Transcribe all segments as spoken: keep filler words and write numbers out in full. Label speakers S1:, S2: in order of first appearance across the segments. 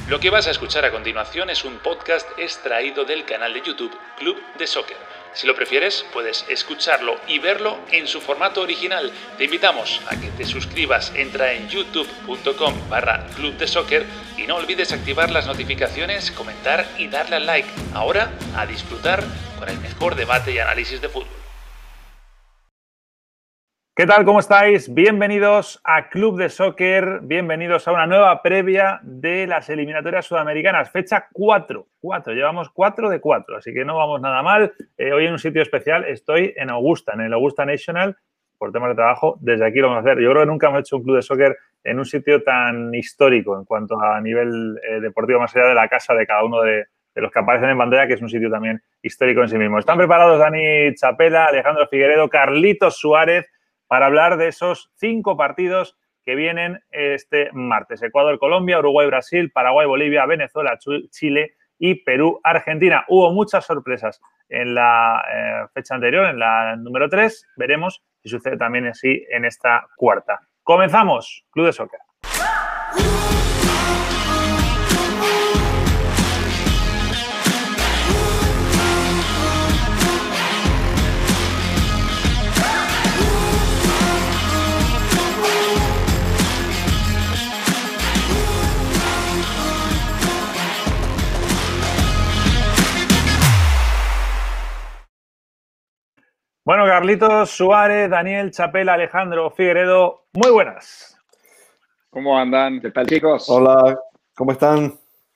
S1: Lo que vas a escuchar a continuación es un podcast extraído del canal de YouTube Club de Soccer. Si lo prefieres, puedes escucharlo y verlo en su formato original. Te invitamos a que te suscribas, entra en youtube.com barra Club de Soccer y no olvides activar las notificaciones, comentar y darle al like. Ahora, a disfrutar con el mejor debate y análisis de fútbol.
S2: ¿Qué tal? ¿Cómo estáis? Bienvenidos a Club de Soccer, bienvenidos a una nueva previa de las eliminatorias sudamericanas. Fecha cuatro, cuatro, llevamos cuatro de cuatro, así que no vamos nada mal. Eh, hoy en un sitio especial estoy en Augusta, en el Augusta National, por temas de trabajo, desde aquí lo vamos a hacer. Yo creo que nunca hemos hecho un club de soccer en un sitio tan histórico en cuanto a nivel eh, deportivo, más allá de la casa de cada uno de, de los que aparecen en pantalla, que es un sitio también histórico en sí mismo. ¿Están preparados Dani Chapela, Alejandro Figueredo, Carlitos Suárez, para hablar de esos cinco partidos que vienen este martes? Ecuador-Colombia, Uruguay-Brasil, Paraguay-Bolivia, Venezuela, Chile y Perú-Argentina. Hubo muchas sorpresas en la eh, fecha anterior, en la número tres. Veremos si sucede también así en esta cuarta. Comenzamos, Club de Soccer. Bueno, Carlitos Suárez, Daniel Chapela, Alejandro Figueredo, muy buenas.
S3: ¿Cómo andan?
S4: ¿Qué tal, chicos?
S5: Hola, ¿cómo están?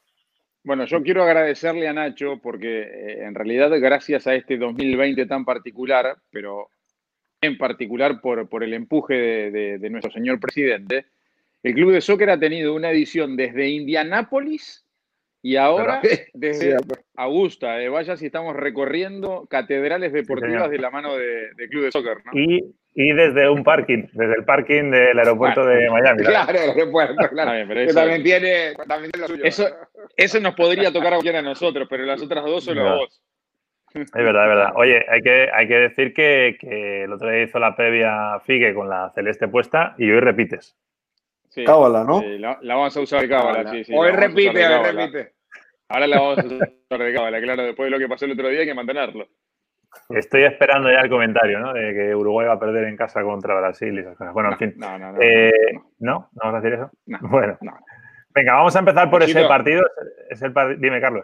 S3: Bueno, yo quiero agradecerle a Nacho porque eh, en realidad gracias a este dos mil veinte tan particular, pero en particular por, por el empuje de, de, de nuestro señor presidente, el Club de Soccer ha tenido una edición desde Indianápolis y ahora
S4: Pero,
S3: desde
S4: sí,
S3: Augusta. Eh, vaya si estamos recorriendo catedrales deportivas
S2: Sí,
S3: de la mano de, de Club de Soccer, ¿no?
S2: Y, y desde un parking, desde el parking del aeropuerto
S3: Bueno,
S2: de Miami.
S4: claro, el aeropuerto, claro.
S3: Está bien, pero
S4: que
S3: eso-
S4: también tiene, también tiene lo suyo.
S3: Eso, eso nos podría tocar a cualquiera de nosotros, pero las otras dos solo a
S2: No.
S3: vos.
S2: Es verdad, es verdad. Oye, hay que, hay que decir que, que el otro día hizo la previa Figue con la celeste puesta y hoy repites.
S3: Sí,
S5: Cábala, ¿no?
S3: sí, la, la vamos a usar de cábala, sí, sí. la
S4: Hoy
S3: vamos a usar
S4: repite,
S3: de
S4: hoy
S3: cábala.
S4: repite.
S3: Ahora la vamos a usar de cábala, claro. Después de lo que pasó el otro día hay que mantenerlo.
S2: Estoy esperando ya el comentario, ¿no? De que Uruguay va a perder en casa contra Brasil y esas cosas. Bueno,
S3: No,
S2: en fin.
S3: no, no, no,
S2: Eh,
S3: no,
S2: ¿No? ¿No vas a decir eso?
S3: no,
S2: Bueno.
S3: no.
S2: Venga, vamos a empezar por ese
S4: Nachito.
S2: partido. Es el par- Dime, Carlos.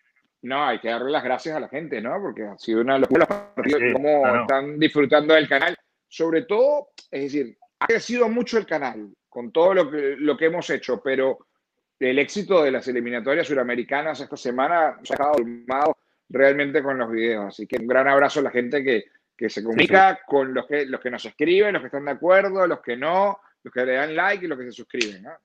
S4: No, hay que darle las gracias a la gente, ¿no? Porque ha sido una locura los partidos,
S2: Sí,
S4: cómo
S2: no, no.
S4: están disfrutando del canal. Sobre todo, es decir, ha crecido mucho el canal con todo lo que, lo que hemos hecho, pero el éxito de las eliminatorias suramericanas esta semana se ha quedado colmado realmente con los videos. Así que un gran abrazo a la gente que, que se comunica con los que, los que nos escriben, los que están de acuerdo, los que no, los que le dan like y los que se suscriben, ¿no?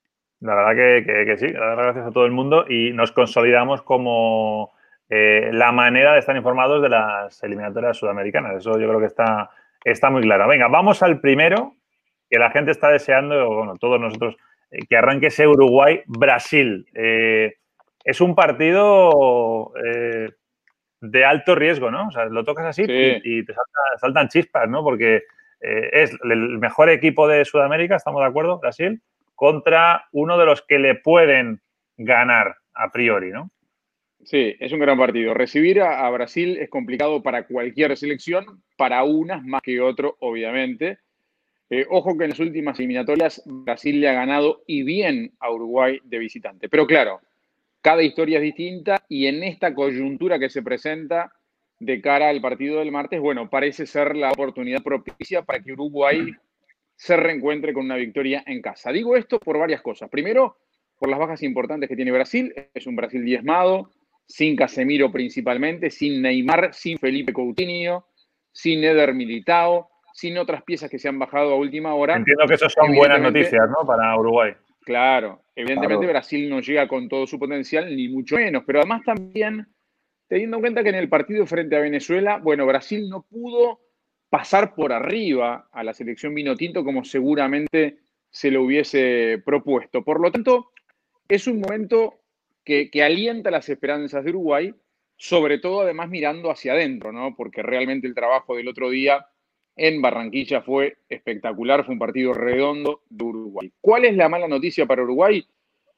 S2: La verdad que, que, que sí, dar las gracias a todo el mundo y nos consolidamos como eh, la manera de estar informados de las eliminatorias sudamericanas. Eso yo creo que está, está muy claro. Venga, vamos al primero, que la gente está deseando, bueno, todos nosotros, eh, que arranque ese Uruguay-Brasil. Eh, es un partido eh, de alto riesgo, ¿no? O sea, lo tocas así
S3: Sí.
S2: y, y te salta- saltan chispas, ¿no? Porque eh, es el mejor equipo de Sudamérica, ¿estamos de acuerdo? Brasil, contra uno de los que le pueden ganar a priori, ¿no?
S3: Sí, es un gran partido. Recibir a, a Brasil es complicado para cualquier selección, para unas más que otro, obviamente. Eh, ojo que en las últimas eliminatorias Brasil le ha ganado y bien a Uruguay de visitante. Pero claro, cada historia es distinta y en esta coyuntura que se presenta de cara al partido del martes, bueno, parece ser la oportunidad propicia para que Uruguay se reencuentre con una victoria en casa. Digo esto por varias cosas. Primero, por las bajas importantes que tiene Brasil. Es un Brasil diezmado, sin Casemiro principalmente, sin Neymar, sin Felipe Coutinho, sin Eder Militao, sin otras piezas que se han bajado a última hora.
S2: Entiendo que eso son buenas
S3: Evidentemente,
S2: noticias, ¿no? Para Uruguay.
S3: Claro, evidentemente
S5: Claro.
S3: Brasil no llega con todo su potencial, ni mucho menos, pero además también teniendo en cuenta que en el partido frente a Venezuela, bueno, Brasil no pudo pasar por arriba a la selección vinotinto como seguramente se lo hubiese propuesto. Por lo tanto, es un momento que, que alienta las esperanzas de Uruguay, sobre todo además mirando hacia adentro, ¿no? Porque realmente el trabajo del otro día en Barranquilla fue espectacular, fue un partido redondo de Uruguay. ¿Cuál es la mala noticia para Uruguay?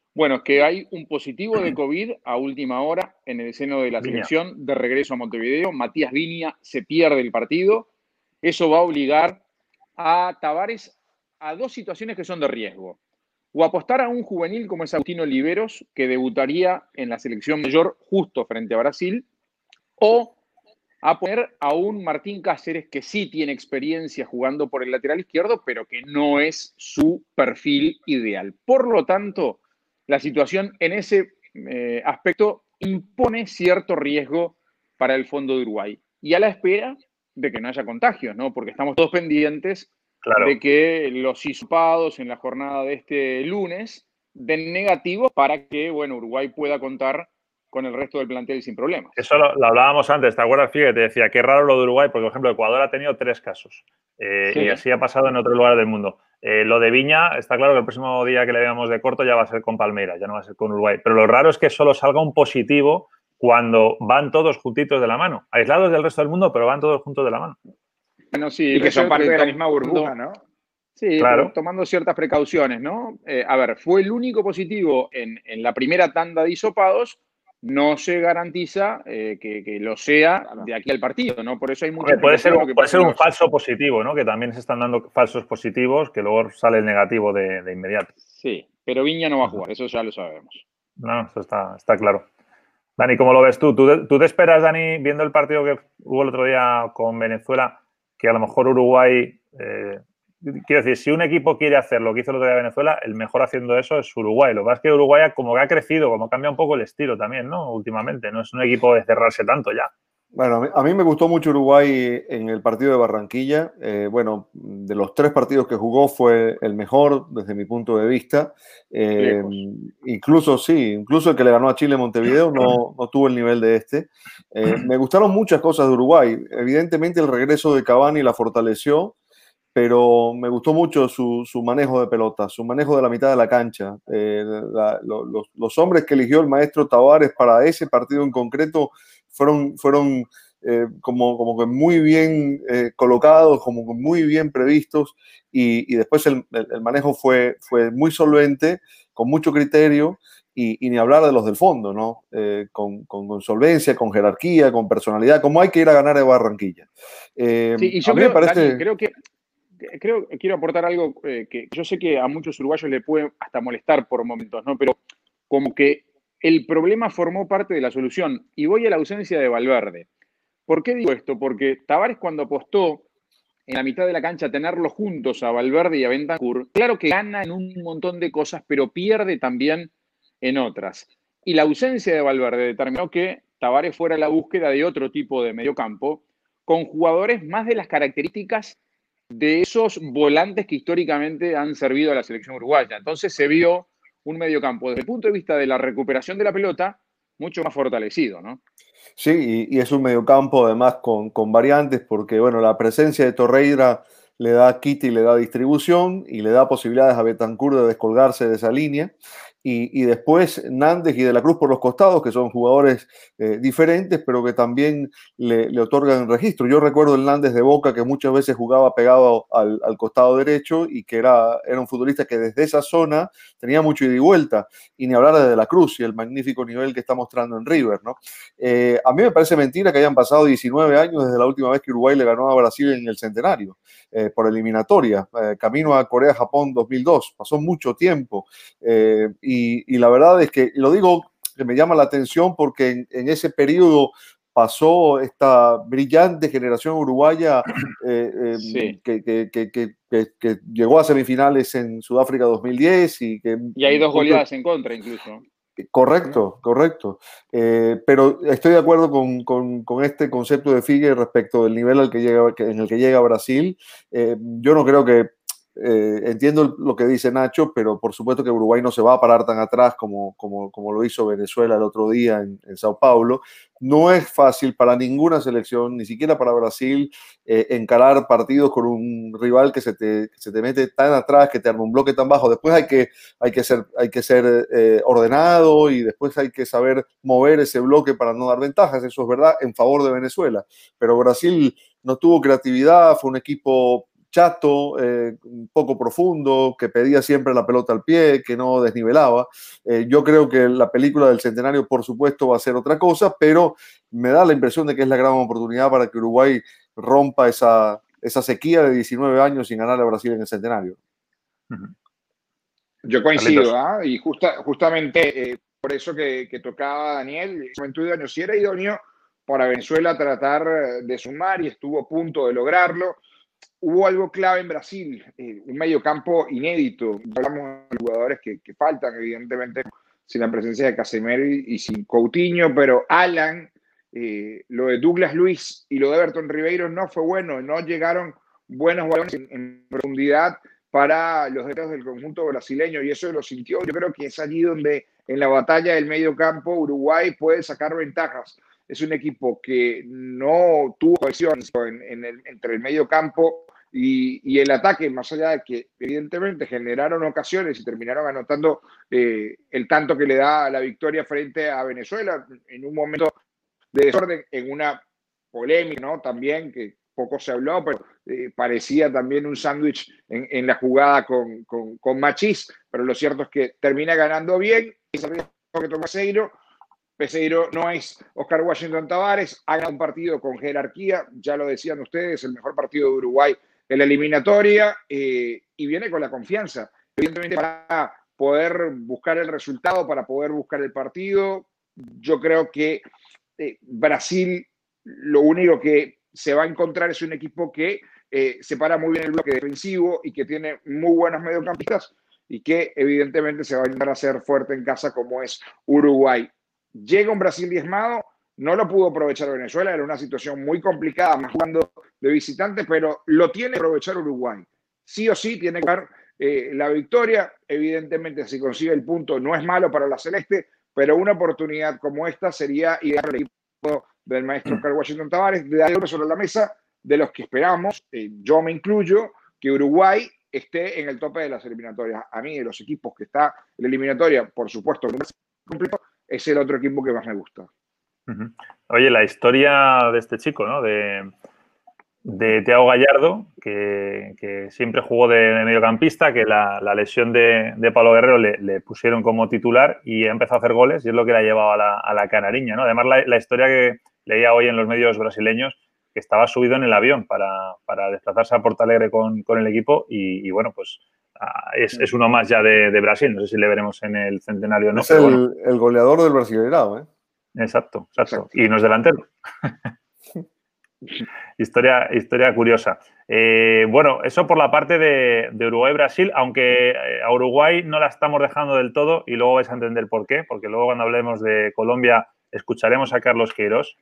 S3: Bueno, es que hay un positivo de COVID a última hora en el seno de la
S2: Viña.
S3: selección de regreso a Montevideo. Matías Viña se pierde el partido. Eso va a obligar a Tavares a dos situaciones que son de riesgo. O apostar a un juvenil como es Agustino Oliveros, que debutaría en la selección mayor justo frente a Brasil, o a poner a un Martín Cáceres que sí tiene experiencia jugando por el lateral izquierdo, pero que no es su perfil ideal. Por lo tanto, la situación en ese eh, aspecto impone cierto riesgo para el fondo de Uruguay. Y a la espera de que no haya contagios, ¿no? Porque estamos todos pendientes
S2: Claro.
S3: de que los hisopados en la jornada de este lunes den negativos para que, bueno, Uruguay pueda contar con el resto del plantel sin problemas.
S2: Eso lo, lo hablábamos antes, ¿te acuerdas, Figue? Te decía, qué raro lo de Uruguay, porque, por ejemplo, Ecuador ha tenido tres casos eh,
S3: Sí.
S2: y así ha pasado en otros lugares del mundo. Eh, lo de Viña, está claro que el próximo día que le veamos de corto ya va a ser con Palmeiras, ya no va a ser con Uruguay. Pero lo raro es que solo salga un positivo cuando van todos juntitos de la mano, aislados del resto del mundo, pero van todos juntos de la mano.
S3: Bueno, sí,
S4: Y que son
S3: yo
S4: parte
S3: creo
S4: de la
S3: que
S4: misma burbuja, ¿no?
S3: Sí,
S2: Claro.
S3: pero tomando ciertas precauciones, ¿no? Eh, a ver, fue el único positivo en, en la primera tanda de hisopados, no se garantiza eh, que, que lo sea
S4: Claro.
S3: de aquí al partido, ¿no? Por eso hay mucha
S2: Hombre, puede ser,
S3: explicación de lo
S2: un,
S3: que
S2: puede
S3: pasa
S2: ser
S3: en
S2: un
S3: los-
S2: falso positivo, ¿no? Que también se están dando falsos positivos que luego sale el negativo de, de inmediato.
S3: Sí, pero Viña no va a jugar, eso ya lo sabemos.
S2: No, eso está, está claro. Dani, ¿cómo lo ves tú? ¿tú? ¿Tú te esperas, Dani, viendo el partido que hubo el otro día con Venezuela, que a lo mejor Uruguay... Eh, quiero decir, si un equipo quiere hacer lo que hizo el otro día Venezuela, el mejor haciendo eso es Uruguay. Lo que pasa es que Uruguay como que ha crecido, como cambia un poco el estilo también, ¿no? Últimamente, no es un equipo de cerrarse tanto ya.
S5: Bueno, a mí, a mí me gustó mucho Uruguay en el partido de Barranquilla. Eh, bueno, de los tres partidos que jugó fue el mejor desde mi punto de vista. Eh, incluso, sí, incluso el que le ganó a Chile en Montevideo no, no tuvo el nivel de este. Eh, me gustaron muchas cosas de Uruguay. Evidentemente el regreso de Cavani la fortaleció, pero me gustó mucho su, su manejo de pelota, su manejo de la mitad de la cancha. Eh, la, lo, los, los hombres que eligió el maestro Tavares para ese partido en concreto fueron, fueron eh, como, como que muy bien eh, colocados, como que muy bien previstos, y, y después el, el, el manejo fue, fue muy solvente, con mucho criterio, y, y ni hablar de los del fondo, ¿no? Eh, con, con, con solvencia, con jerarquía, con personalidad, como hay que ir a ganar de Barranquilla. Eh,
S3: Sí, y yo
S5: a mí
S3: creo,
S5: me parece...
S3: Dani, creo que creo quiero aportar algo eh, que yo sé que a muchos uruguayos le puede hasta molestar por momentos, ¿no? Pero como que el problema formó parte de la solución. Y voy a la ausencia de Valverde. ¿Por qué digo esto? Porque Tavares, cuando apostó en la mitad de la cancha a tenerlos juntos a Valverde y a Bentancur, claro que gana en un montón de cosas, pero pierde también en otras. Y la ausencia de Valverde determinó que Tavares fuera a la búsqueda de otro tipo de mediocampo, con jugadores más de las características de esos volantes que históricamente han servido a la selección uruguaya. Entonces se vio un mediocampo, desde el punto de vista de la recuperación de la pelota, mucho más fortalecido, ¿no?
S5: Sí, y, y es un mediocampo además con, con variantes, porque bueno, la presencia de Torreira le da quite y le da distribución y le da posibilidades a Bentancur de descolgarse de esa línea. Y, y después Nández y De la Cruz por los costados, que son jugadores eh, diferentes, pero que también le, le otorgan registro. Yo recuerdo el Nández de Boca, que muchas veces jugaba pegado al, al costado derecho y que era, era un futbolista que desde esa zona tenía mucho ida y vuelta. Y ni hablar de De la Cruz y el magnífico nivel que está mostrando en River, ¿no? Eh, a mí me parece mentira que hayan pasado diecinueve años desde la última vez que Uruguay le ganó a Brasil en el centenario, eh, por eliminatoria, eh, camino a Corea-Japón dos mil dos. Pasó mucho tiempo. Eh, y, y la verdad es que, lo digo, que me llama la atención porque en, en ese periodo pasó esta brillante generación uruguaya eh, eh,
S3: Sí.
S5: que, que, que, que, que llegó a semifinales en Sudáfrica dos mil diez y que...
S3: Y hay dos goleadas en contra incluso.
S5: Correcto, correcto. Eh, pero estoy de acuerdo con, con, con este concepto de Figue respecto del nivel al que llega, que, en el que llega Brasil. Eh, yo no creo que... Eh, entiendo lo que dice Nacho, pero por supuesto que Uruguay no se va a parar tan atrás como, como, como lo hizo Venezuela el otro día en, en Sao Paulo. No es fácil para ninguna selección, ni siquiera para Brasil, eh, encarar partidos con un rival que se te, que se te mete tan atrás, que te arma un bloque tan bajo. Después hay que, hay que ser, hay que ser eh, ordenado y después hay que saber mover ese bloque para no dar ventajas. Eso es verdad en favor de Venezuela. Pero Brasil no tuvo creatividad, fue un equipo chato, eh, poco profundo, que pedía siempre la pelota al pie, que no desnivelaba. Eh, yo creo que la película del centenario, por supuesto, va a ser otra cosa, pero me da la impresión de que es la gran oportunidad para que Uruguay rompa esa, esa sequía de diecinueve años sin ganar a Brasil en el centenario.
S4: Yo coincido, ¿ah? Y justa, justamente eh, por eso que, que tocaba Daniel, el momento idóneo, si era idóneo para Venezuela tratar de sumar y estuvo a punto de lograrlo. Hubo algo clave en Brasil, eh, un mediocampo inédito. Hablamos de jugadores que, que faltan, evidentemente, sin la presencia de Casemiro y, y sin Coutinho, pero Alan, eh, lo de Douglas Luiz y lo de Everton Ribeiro no fue bueno, no llegaron buenos balones en, en profundidad para los delanteros del conjunto brasileño, y eso lo sintió. Yo creo que es allí donde en la batalla del medio campo Uruguay puede sacar ventajas. Es un equipo que no tuvo cohesión en, en el, entre el medio campo y, y el ataque, más allá de que evidentemente generaron ocasiones y terminaron anotando eh, el tanto que le da la victoria frente a Venezuela en un momento de desorden, en una polémica, ¿no? También que poco se habló, pero eh, parecía también un sándwich en, en la jugada con, con, con Machís, pero lo cierto es que termina ganando bien, y el riesgo que toma Peseiro. Peseiro no es Oscar Washington Tabárez, ha ganado un partido con jerarquía, ya lo decían ustedes, el mejor partido de Uruguay en la eliminatoria, eh, y viene con la confianza, evidentemente para poder buscar el resultado, para poder buscar el partido. Yo creo que eh, Brasil lo único que se va a encontrar es un equipo que eh, separa muy bien el bloque defensivo y que tiene muy buenos mediocampistas y que evidentemente se va a intentar hacer fuerte en casa como es Uruguay. Llega un Brasil diezmado, no lo pudo aprovechar Venezuela, era una situación muy complicada, más jugando de visitante, pero lo tiene que aprovechar Uruguay. Sí o sí tiene que dar eh, la victoria. Evidentemente, si consigue el punto, no es malo para la Celeste, pero una oportunidad como esta sería ideal para el equipo del maestro Oscar Washington Tabárez de darle sobre la mesa de los que esperamos, eh, yo me incluyo, que Uruguay esté en el tope de las eliminatorias. A mí, de los equipos que está en la eliminatoria, por supuesto, completo, es el otro equipo que más me gusta.
S2: Uh-huh. Oye, la historia de este chico, ¿no? De, de Thiago Gallardo, que, que siempre jugó de, de mediocampista, que la, la lesión de, de Pablo Guerrero le, le pusieron como titular y ha empezado a hacer goles y es lo que le ha llevado a la, a la canariña, ¿no? Además, la, la historia que leía hoy en los medios brasileños, que estaba subido en el avión para, para desplazarse a Porto Alegre con, con el equipo y, y bueno, pues es, es uno más ya de, de Brasil. No sé si le veremos en el centenario o no.
S5: Es el, bueno. el goleador del Brasileirao, ¿eh?
S2: Exacto, exacto, exacto. Y no es delantero. historia, historia curiosa. Eh, bueno, eso por la parte de, de Uruguay-Brasil, aunque a Uruguay no la estamos dejando del todo y luego vais a entender por qué, porque luego cuando hablemos de Colombia escucharemos a Carlos Queiroz.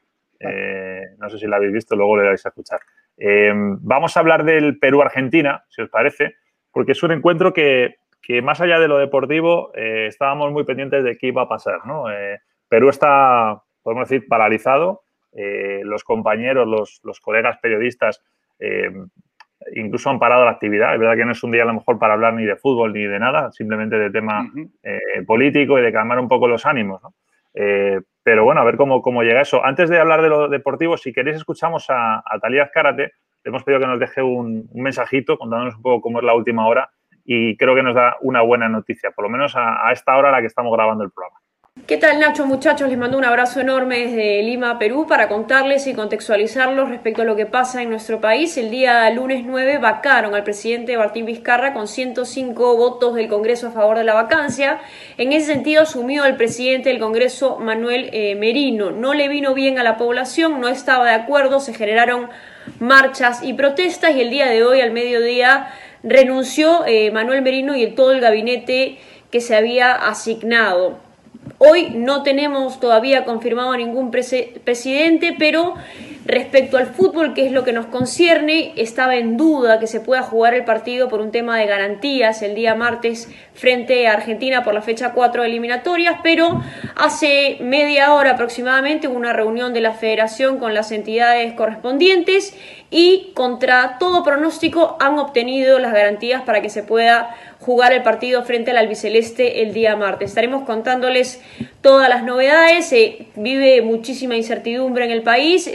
S2: Eh, no sé si la habéis visto, luego le vais a escuchar. Eh, vamos a hablar del Perú-Argentina, si os parece, porque es un encuentro que, que más allá de lo deportivo, eh, estábamos muy pendientes de qué iba a pasar, ¿no? Eh, Perú está, podemos decir, paralizado. Eh, los compañeros, los, los colegas periodistas, eh, incluso han parado la actividad. Es verdad que no es un día a lo mejor para hablar ni de fútbol ni de nada, simplemente de tema uh-huh. eh, político y de calmar un poco los ánimos, ¿no? Eh, pero bueno, a ver cómo, cómo llega eso. Antes de hablar de lo deportivo, si queréis escuchamos a, a Talía Azcárate. Le hemos pedido que nos deje un, un mensajito contándonos un poco cómo es la última hora y creo que nos da una buena noticia, por lo menos a, a esta hora a la que estamos grabando el programa.
S6: ¿Qué tal, Nacho, muchachos? Les mando un abrazo enorme desde Lima, Perú, para contarles y contextualizarlos respecto a lo que pasa en nuestro país. El día lunes nueve vacaron al presidente Martín Vizcarra con ciento cinco votos del Congreso a favor de la vacancia. En ese sentido, asumió el presidente del Congreso, Manuel eh, Merino. No le vino bien a la población, no estaba de acuerdo, se generaron marchas y protestas y el día de hoy, al mediodía, renunció eh, Manuel Merino y el, todo el gabinete que se había asignado. Hoy no tenemos todavía confirmado a ningún prese- presidente, pero respecto al fútbol, que es lo que nos concierne, estaba en duda que se pueda jugar el partido por un tema de garantías el día martes frente a Argentina por la fecha cuatro de eliminatorias, pero hace media hora aproximadamente hubo una reunión de la federación con las entidades correspondientes y contra todo pronóstico han obtenido las garantías para que se pueda jugar el partido frente al albiceleste el día martes. Estaremos contándoles todas las novedades. Eh, vive muchísima incertidumbre en el país, se han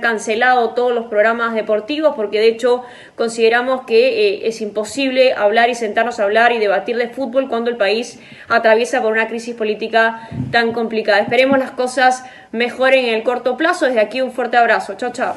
S6: cancelado todos los programas deportivos porque de hecho consideramos que eh, es imposible hablar y sentarnos a hablar y debatir de fútbol cuando el país atraviesa por una crisis política tan complicada. Esperemos las cosas mejoren en el corto plazo. Desde aquí un fuerte abrazo. Chao, chao.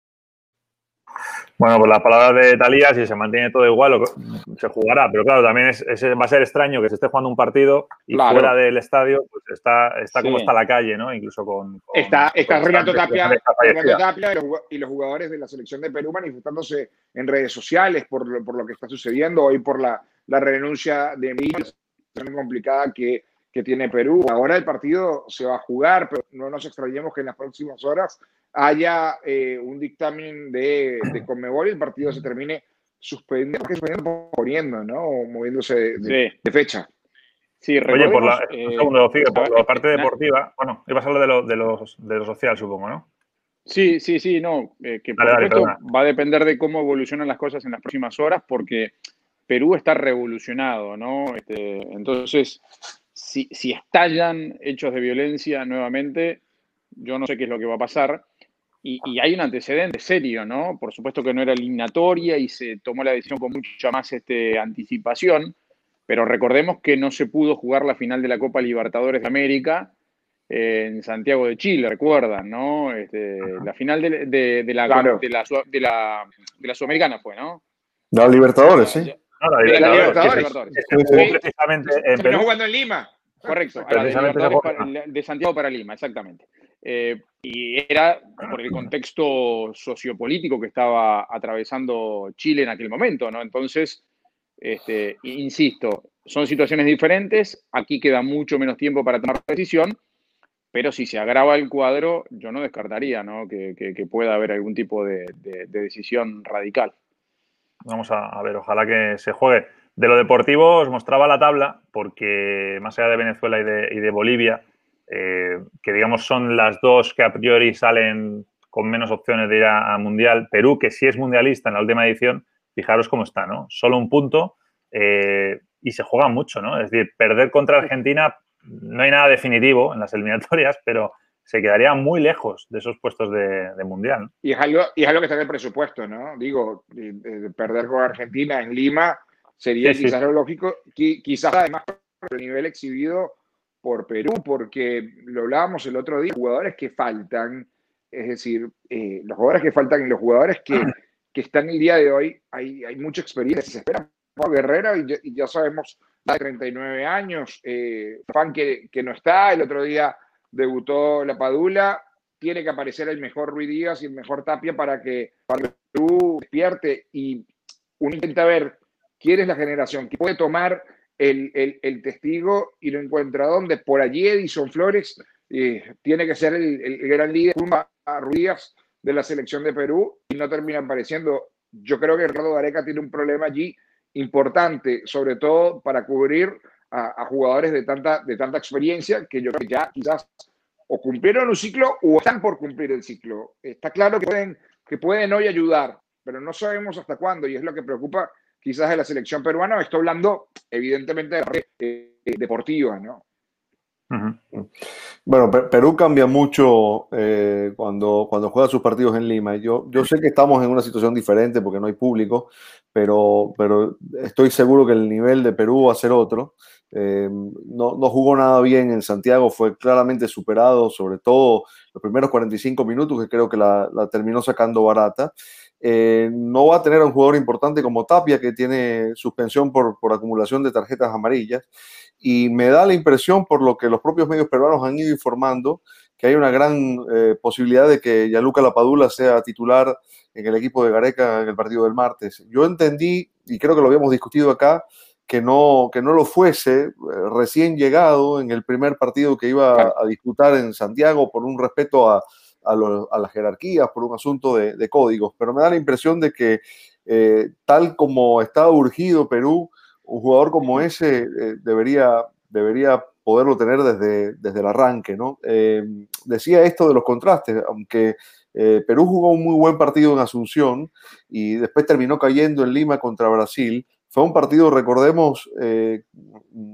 S2: Bueno, pues las palabras de Thalía, si se mantiene todo igual, se jugará. Pero claro, también es, es, va a ser extraño que se esté jugando un partido y
S3: claro.
S2: fuera del estadio pues está, está sí. como está la calle, ¿no? Incluso con... con
S3: está está
S2: con
S3: Renato Tapia, Renato Tapia y los jugadores de la selección de Perú manifestándose en redes sociales por, por lo que está sucediendo hoy, por la, la renuncia de Emilio, la situación complicada que, que tiene Perú. Ahora el partido se va a jugar, pero no nos extrañemos que en las próximas horas haya eh, un dictamen de, de Conmebol y el partido se termine suspendiendo, suspendiendo poniendo, ¿no? O moviéndose de, de, sí. de fecha.
S2: Sí, oye, por la, eh, un segundo, Figue, por la parte deportiva, bueno, ibas a hablar de lo, de, los, de lo social, supongo, ¿no?
S3: Sí, sí, sí, no, eh, que por dale, supuesto dale, va a depender de cómo evolucionan las cosas en las próximas horas, porque Perú está revolucionado, ¿no? Este, entonces, si, si estallan hechos de violencia nuevamente, yo no sé qué es lo que va a pasar. Y, y hay un antecedente serio, ¿no? Por supuesto que no era eliminatoria y se tomó la decisión con mucha más este, anticipación, pero recordemos que no se pudo jugar la final de la Copa Libertadores de América eh, en Santiago de Chile, recuerdan, ¿no? Este, la final de, de, de, la, claro. de, la, de, la, de la Sudamericana fue, ¿no?
S5: La Libertadores, sí.
S2: No, la Libertadores. La Libertadores. Libertadores. Es que jugó precisamente en Perú.
S3: jugando en Lima. Correcto, la de, para, de Santiago para Lima, exactamente. Eh, y era por el contexto sociopolítico que estaba atravesando Chile en aquel momento, ¿no? Entonces, este, insisto, son situaciones diferentes, aquí queda mucho menos tiempo para tomar decisión, pero si se agrava el cuadro, yo no descartaría, ¿no? que, que, que pueda haber algún tipo de, de, de decisión radical.
S2: Vamos a, a ver, ojalá que se juegue. De lo deportivo os mostraba la tabla, porque más allá de Venezuela y de, y de Bolivia, eh, que digamos son las dos que a priori salen con menos opciones de ir a, a Mundial, Perú, que sí es mundialista en la última edición, fijaros cómo está, ¿no? Solo un punto eh, y se juega mucho, ¿no? Es decir, perder contra Argentina no hay nada definitivo en las eliminatorias, pero se quedaría muy lejos de esos puestos de, de Mundial, ¿no?
S3: Y es algo, y es algo que está en el presupuesto, ¿no? Digo, de, de perder con Argentina en Lima sería sí, quizás sí. lo lógico, quizás además por el nivel exhibido por Perú, porque lo hablábamos el otro día, jugadores que faltan, es decir, eh, los jugadores que faltan y los jugadores que, que están el día de hoy, hay, hay mucha experiencia, se espera por Guerrera y ya, y ya sabemos, de treinta y nueve años, eh, fan que, que no está, el otro día debutó la Padula, tiene que aparecer el mejor Ruiz Díaz y el mejor Tapia para que, para que Perú despierte y uno intenta ver quién es la generación que puede tomar el, el, el testigo y lo encuentra donde. Por allí Edison Flores eh, tiene que ser el, el, el gran líder a Ruiz Díaz de la selección de Perú y no termina apareciendo. Yo creo que Ricardo Gareca tiene un problema allí importante, sobre todo para cubrir a, a jugadores de tanta, de tanta experiencia que yo creo que ya quizás o cumplieron un ciclo o están por cumplir el ciclo. Está claro que pueden, que pueden hoy ayudar, pero no sabemos hasta cuándo y es lo que preocupa quizás de la selección peruana. Estoy hablando evidentemente de la red eh, deportiva, ¿no?
S5: Uh-huh. Bueno, Perú cambia mucho eh, cuando, cuando juega sus partidos en Lima. Yo, yo sé que estamos en una situación diferente porque no hay público, pero, pero estoy seguro que el nivel de Perú va a ser otro. Eh, no, no jugó nada bien en Santiago, fue claramente superado, sobre todo los primeros cuarenta y cinco minutos, que creo que la, la terminó sacando barata. Eh, no va a tener a un jugador importante como Tapia, que tiene suspensión por, por acumulación de tarjetas amarillas, y me da la impresión, por lo que los propios medios peruanos han ido informando, que hay una gran eh, posibilidad de que Gianluca Lapadula sea titular en el equipo de Gareca en el partido del martes. Yo entendí, y creo que lo habíamos discutido acá, que no, que no lo fuese eh, recién llegado en el primer partido que iba a, a disputar en Santiago por un respeto a A, lo, a las jerarquías, por un asunto de, de códigos, pero me da la impresión de que eh, tal como está urgido Perú, un jugador como ese eh, debería, debería poderlo tener desde, desde el arranque, ¿no? Eh, decía esto de los contrastes, aunque eh, Perú jugó un muy buen partido en Asunción y después terminó cayendo en Lima contra Brasil, fue un partido, recordemos, eh,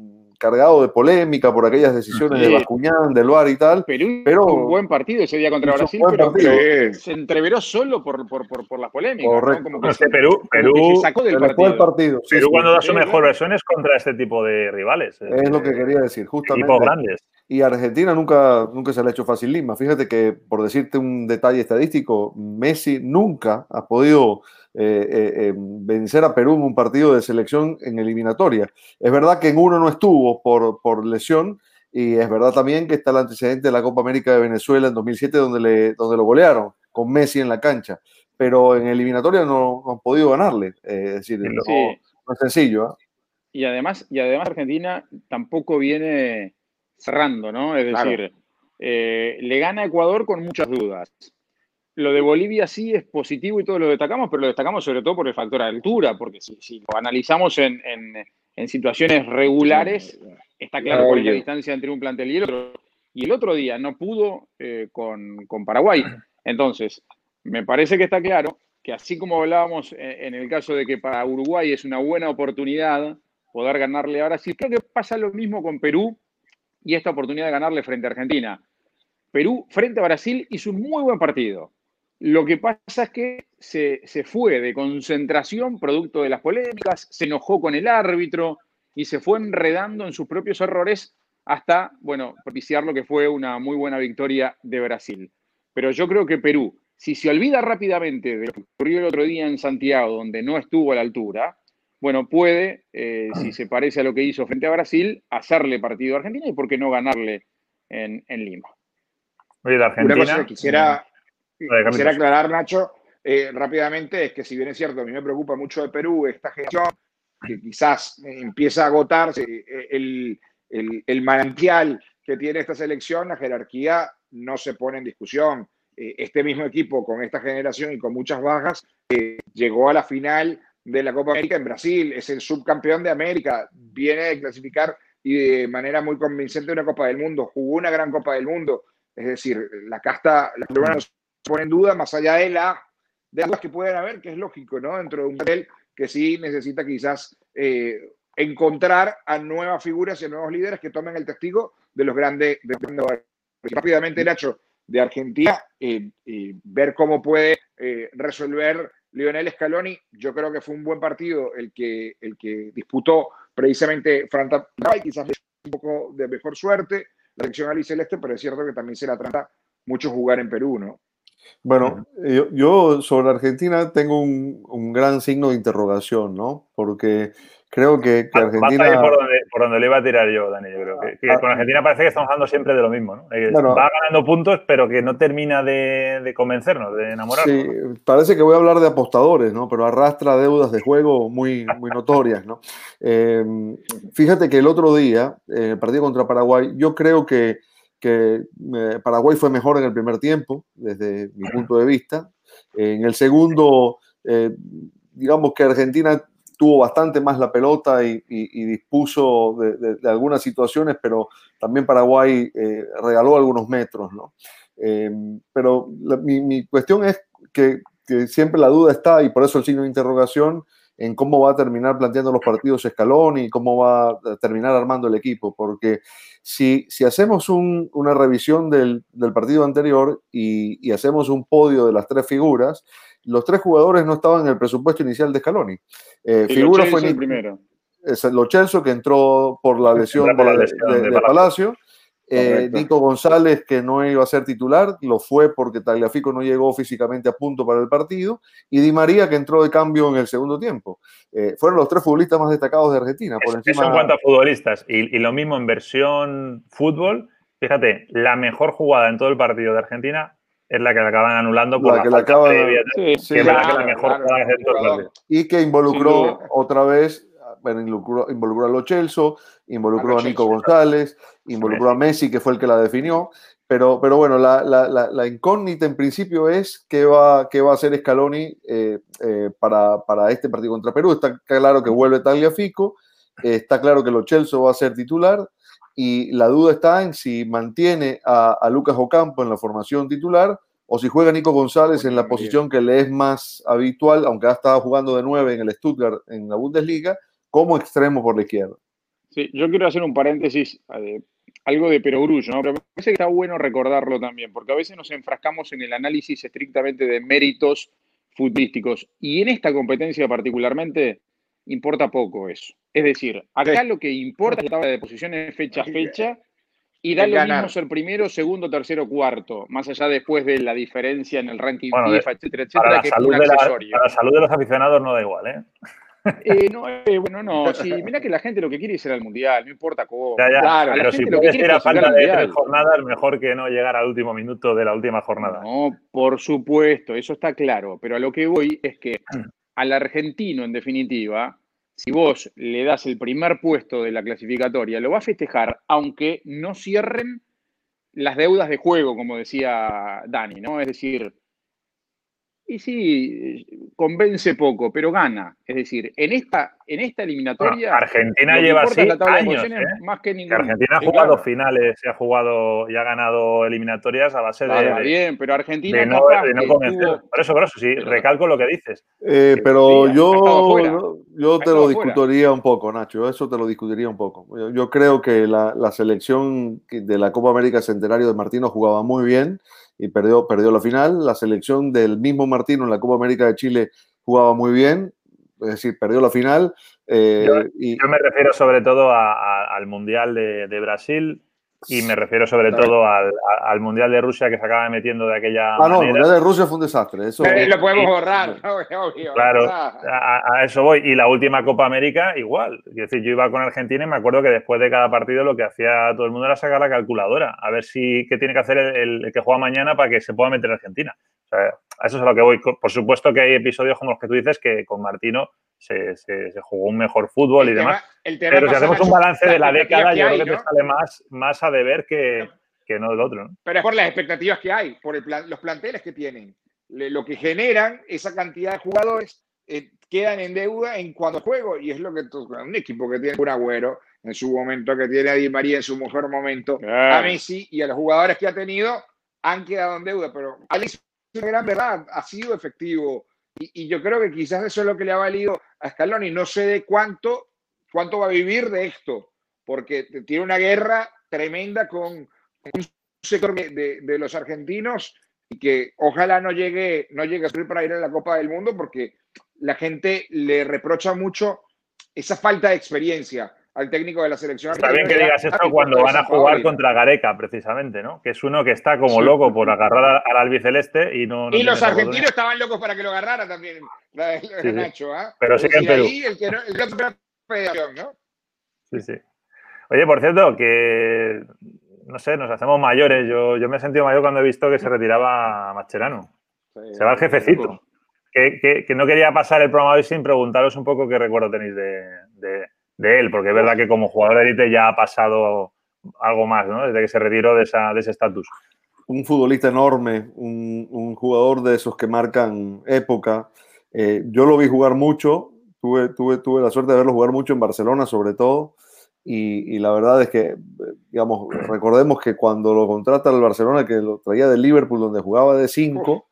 S5: cargado de polémica por aquellas decisiones
S3: sí.
S5: de Bascuñán, del V A R y tal.
S3: Perú
S5: pero
S3: hizo un buen partido ese día contra Brasil, pero, pero se entreveró solo por, por, por, por las polémicas.
S5: Correcto.
S3: ¿no? Como que,
S2: No,
S3: se,
S2: es que Perú,
S3: como
S2: Perú,
S3: que se sacó del
S5: se le fue el
S3: partido.
S5: partido. Sí,
S2: Perú
S5: sí.
S2: cuando da su
S3: Sí,
S2: mejor
S3: claro.
S2: versión es contra este tipo de rivales.
S5: Es lo que quería decir, justamente.
S2: Equipos grandes.
S5: Y a Argentina nunca, nunca se le ha hecho fácil Lima. Fíjate que, por decirte un detalle estadístico, Messi nunca ha podido eh, eh, eh, vencer a Perú en un partido de selección en eliminatoria. Es verdad que en uno no estuvo por, por lesión, y es verdad también que está el antecedente de la Copa América de Venezuela en dos mil siete, donde, le, donde lo golearon, con Messi en la cancha. Pero en eliminatoria no, no han podido ganarle. Eh, es decir, no,
S3: Sí.
S5: no es sencillo. ¿eh?
S3: Y además, y además Argentina tampoco viene cerrando, ¿no? Es decir,
S4: Claro.
S3: eh, le gana a Ecuador con muchas dudas. Lo de Bolivia sí es positivo y todos lo destacamos, pero lo destacamos sobre todo por el factor altura, porque si, si lo analizamos en, en, en situaciones regulares, está claro cuál es la
S4: Oye.
S3: distancia entre un plantel y el otro. Y el otro día no pudo eh, con, con Paraguay. Entonces, me parece que está claro que así como hablábamos en el caso de que para Uruguay es una buena oportunidad poder ganarle a Brasil, creo que pasa lo mismo con Perú y esta oportunidad de ganarle frente a Argentina. Perú frente a Brasil hizo un muy buen partido. Lo que pasa es que se, se fue de concentración producto de las polémicas, se enojó con el árbitro y se fue enredando en sus propios errores hasta, bueno, propiciar lo que fue una muy buena victoria de Brasil. Pero yo creo que Perú, si se olvida rápidamente de lo que ocurrió el otro día en Santiago, donde no estuvo a la altura, bueno, puede, eh, si se parece a lo que hizo frente a Brasil, hacerle partido a Argentina y por qué no ganarle en, en Lima.
S2: Oye, de Argentina.
S4: Una cosa que quisiera,
S2: eh,
S4: quisiera aclarar, Nacho, eh, rápidamente, es que si bien es cierto, a mí me preocupa mucho de Perú esta generación, que quizás empieza a agotarse el, el, el manantial que tiene esta selección, la jerarquía no se pone en discusión. Eh, este mismo equipo con esta generación y con muchas bajas eh, llegó a la final de la Copa América en Brasil, es el subcampeón de América, viene de clasificar y de manera muy convincente una Copa del Mundo, jugó una gran Copa del Mundo. Es decir, la casta, la columna no se pone en duda, más allá de las de las que pueden haber, que es lógico, ¿no? Dentro de un hotel que sí necesita quizás eh, encontrar a nuevas figuras y a nuevos líderes que tomen el testigo de los grandes. De, de, rápidamente, Nacho, de Argentina, eh, eh, ver cómo puede eh, resolver Lionel Scaloni. Yo creo que fue un buen partido el que, el que disputó precisamente frente a Paraguay, quizás un poco de mejor suerte la selección albiceleste, pero es cierto que también se la trata mucho jugar en Perú, ¿no?
S5: Bueno, yo, yo sobre Argentina tengo un, un gran signo de interrogación, ¿no? Porque creo que, que Argentina...
S2: Va por donde, por donde le iba a tirar yo, Dani, yo creo. Que, que con Argentina parece que estamos hablando siempre de lo mismo, ¿no? Bueno, va ganando puntos, pero que no termina de, de convencernos, de enamorarnos.
S5: Sí, ¿no? Parece que voy a hablar de apostadores, ¿no? Pero arrastra deudas de juego muy, muy notorias, ¿no? Eh, fíjate que el otro día, en el partido contra Paraguay, yo creo que que eh, Paraguay fue mejor en el primer tiempo, desde mi punto de vista. En el segundo, eh, digamos que Argentina tuvo bastante más la pelota y, y, y dispuso de, de, de algunas situaciones, pero también Paraguay eh, regaló algunos metros, ¿no? Eh, pero la, mi, mi cuestión es que, que siempre la duda está, y por eso el signo de interrogación, en cómo va a terminar planteando los partidos Scaloni y cómo va a terminar armando el equipo, porque si, si hacemos un, una revisión del, del partido anterior y, y hacemos un podio de las tres figuras, los tres jugadores no estaban en el presupuesto inicial de Scaloni. Eh, figura fue
S3: el primero.
S5: Es Lo Celso, que entró por la lesión,
S2: por la
S5: de,
S2: lesión
S5: de,
S2: de,
S5: de Palacio.
S2: Palacio.
S5: Eh, Nico González, que no iba a ser titular, lo fue porque Tagliafico no llegó físicamente a punto para el partido, y Di María, que entró de cambio en el segundo tiempo. Eh, fueron los tres futbolistas más destacados de Argentina. Por
S2: es,
S5: encima...
S2: Eso en cuanto a futbolistas. Y, y lo mismo en versión fútbol. Fíjate, la mejor jugada en todo el partido de Argentina es la que la acaban anulando por la,
S5: la que
S2: la
S5: la acaban,
S2: previa,
S5: sí, sí,
S2: que es
S5: claro,
S2: la, la mejor
S4: claro,
S2: jugada de todo el partido.
S5: Y que involucró otra vez, bueno, involucró, involucró a Lo Celso, involucró a, a Nico González, involucró a Messi, que fue el que la definió. Pero, pero bueno, la, la, la, la incógnita en principio es qué va, qué va a hacer Scaloni eh, eh, para, para este partido contra Perú. Está claro que vuelve Tagliafico, eh, está claro que Lo Celso va a ser titular, y la duda está en si mantiene a, a Lucas Ocampo en la formación titular o si juega Nico González en la posición que le es más habitual, aunque ha estado jugando de nueve en el Stuttgart en la Bundesliga, como extremo por la izquierda.
S3: Sí, yo quiero hacer un paréntesis, eh, algo de perogrullo, ¿no? Pero me parece que está bueno recordarlo también, porque a veces nos enfrascamos en el análisis estrictamente de méritos futbolísticos y en esta competencia particularmente importa poco eso. Es decir, acá
S4: Sí.
S3: lo que importa es la tabla de posiciones fecha a fecha y da
S4: Es
S3: lo mismo
S4: ganar.
S3: ser primero, segundo, tercero, cuarto, más allá después de la diferencia en el ranking
S2: Bueno, de-
S3: FIFA, etcétera,
S2: para
S3: etcétera,
S2: la
S3: que es un
S2: salud de la,
S3: accesorio.
S2: para la salud de los aficionados no da igual, ¿eh?
S3: Eh, no, eh, bueno, no, sí, mirá que la gente lo que quiere es ir al Mundial, no importa cómo.
S2: Ya, ya,
S4: Claro.
S3: A la
S2: pero si
S3: gente lo que
S2: puedes
S3: quiere es
S2: ir a
S3: clasificar
S2: falta
S3: al
S2: de tres
S3: Mundial.
S2: jornadas, mejor que no llegar al último minuto de la última jornada.
S3: No, por supuesto, eso está claro, pero a lo que voy es que al argentino, en definitiva, si vos le das el primer puesto de la clasificatoria, lo va a festejar, aunque no cierren las deudas de juego, como decía Dani, ¿no? Es decir, y sí, convence poco, pero gana. Es decir, en esta, en esta
S2: Bueno,
S3: eliminatoria,
S2: Argentina
S3: lo que
S2: lleva
S3: importa es
S2: así
S3: la tabla de
S2: años,
S3: posiciones
S2: ¿eh?
S3: más que
S2: Que
S3: ningún.
S2: Argentina ha
S3: Sí,
S2: jugado
S3: claro.
S2: finales, se ha jugado y ha ganado eliminatorias a base de,
S3: Está
S2: de,
S3: bien, pero
S2: de
S3: Argentina
S2: no,
S3: capaz
S2: de no
S3: que
S2: convencer.
S3: tuvo.
S2: Por eso, por eso, sí,
S3: Pero
S2: recalco lo que dices.
S5: Eh,
S2: Que-
S5: pero
S3: sí, ha, ha estado afuera.
S5: yo, yo
S3: Ha
S5: te
S3: estado
S5: lo
S3: afuera.
S5: discutiría un poco, Nacho. Eso te lo discutiría un poco. Yo, yo creo que la, la selección que- de la Copa América Centenario de Martino jugaba muy bien y perdió, perdió la final. La selección del mismo Martino en la Copa América de Chile jugaba muy bien, es decir, perdió la final. eh,
S2: Yo,
S5: y,
S2: yo me refiero sobre todo a- a- al Mundial de, de Brasil y me refiero sobre
S4: Está bien.
S2: todo al, a- al Mundial de Rusia que se acaba metiendo de aquella
S5: ah, no, el
S2: manera.
S5: Mundial de Rusia fue un desastre. Eso,
S4: Eh, Lo podemos
S2: Y-
S4: borrar, ¿no? Obvio.
S2: Claro,
S4: Ah,
S2: a, a eso voy. Y la última Copa América, igual. Es decir, yo iba con Argentina y me acuerdo que después de cada partido lo que hacía todo el mundo era sacar la calculadora, a ver si qué tiene que hacer el, el- el que juega mañana para que se pueda meter Argentina. O sea, a eso es a lo que voy. Por supuesto que hay episodios como los que tú dices que con Martino se, se- se jugó un mejor fútbol y
S4: el,
S2: demás.
S4: tema, el tema
S2: Pero si
S4: pasa,
S2: hacemos un
S4: Nacho,
S2: balance
S4: las
S2: de la
S4: expectativas
S2: década,
S4: que
S2: yo
S4: hay,
S2: creo que te
S4: ¿no?
S2: sale más, más a deber que, que no el otro, ¿no?
S4: Pero es por las expectativas que hay, por el plan- los planteles que tienen. Le- lo que generan esa cantidad de jugadores eh, quedan en deuda en cuanto a juego. Y es lo que tú- un equipo que tiene un Agüero en su momento, que tiene a Di María en su mejor momento, a
S3: Claro.
S4: Messi y a los jugadores que ha tenido, han quedado en deuda. Pero Alex, una gran verdad, ha sido efectivo. Y, y yo creo que quizás eso es lo que le ha valido a Scaloni. No sé de cuánto, cuánto va a vivir de esto, porque tiene una guerra tremenda con un sector de, de, de los argentinos y que ojalá no llegue, no llegue a sufrir para ir a la Copa del Mundo, porque la gente le reprocha mucho esa falta de experiencia al técnico de la selección
S2: Está bien
S4: argentina.
S2: que digas esto cuando van a jugar contra Gareca, precisamente, ¿no? Que es uno que está como loco por agarrar al albiceleste y no. no
S4: Y los
S2: tiene
S4: argentinos
S2: oportunidad.
S4: estaban locos para que lo agarrara también, la,
S2: Sí, sí.
S4: Nacho. ¿eh?
S2: Pero
S4: Es
S2: sigue en
S4: decir,
S2: Perú.
S4: ahí el que no, el que no federación, ¿no?
S2: Sí, sí. Oye, por cierto, que no sé, nos hacemos mayores. Yo, yo me he sentido mayor cuando he visto que se retiraba Mascherano. Se va el jefecito. Que, que, que no quería pasar el programa hoy sin preguntaros un poco qué recuerdo tenéis de, de, de él, porque es verdad que como jugador de élite ya ha pasado algo más, ¿no? Desde que se retiró de, esa, de ese estatus.
S5: Un futbolista enorme, un, un jugador de esos que marcan época. Eh, yo lo vi jugar mucho, tuve, tuve, tuve la suerte de verlo jugar mucho en Barcelona sobre todo, y, y la verdad es que, digamos, recordemos que cuando lo contrata el Barcelona, que lo traía del Liverpool donde jugaba de cinco,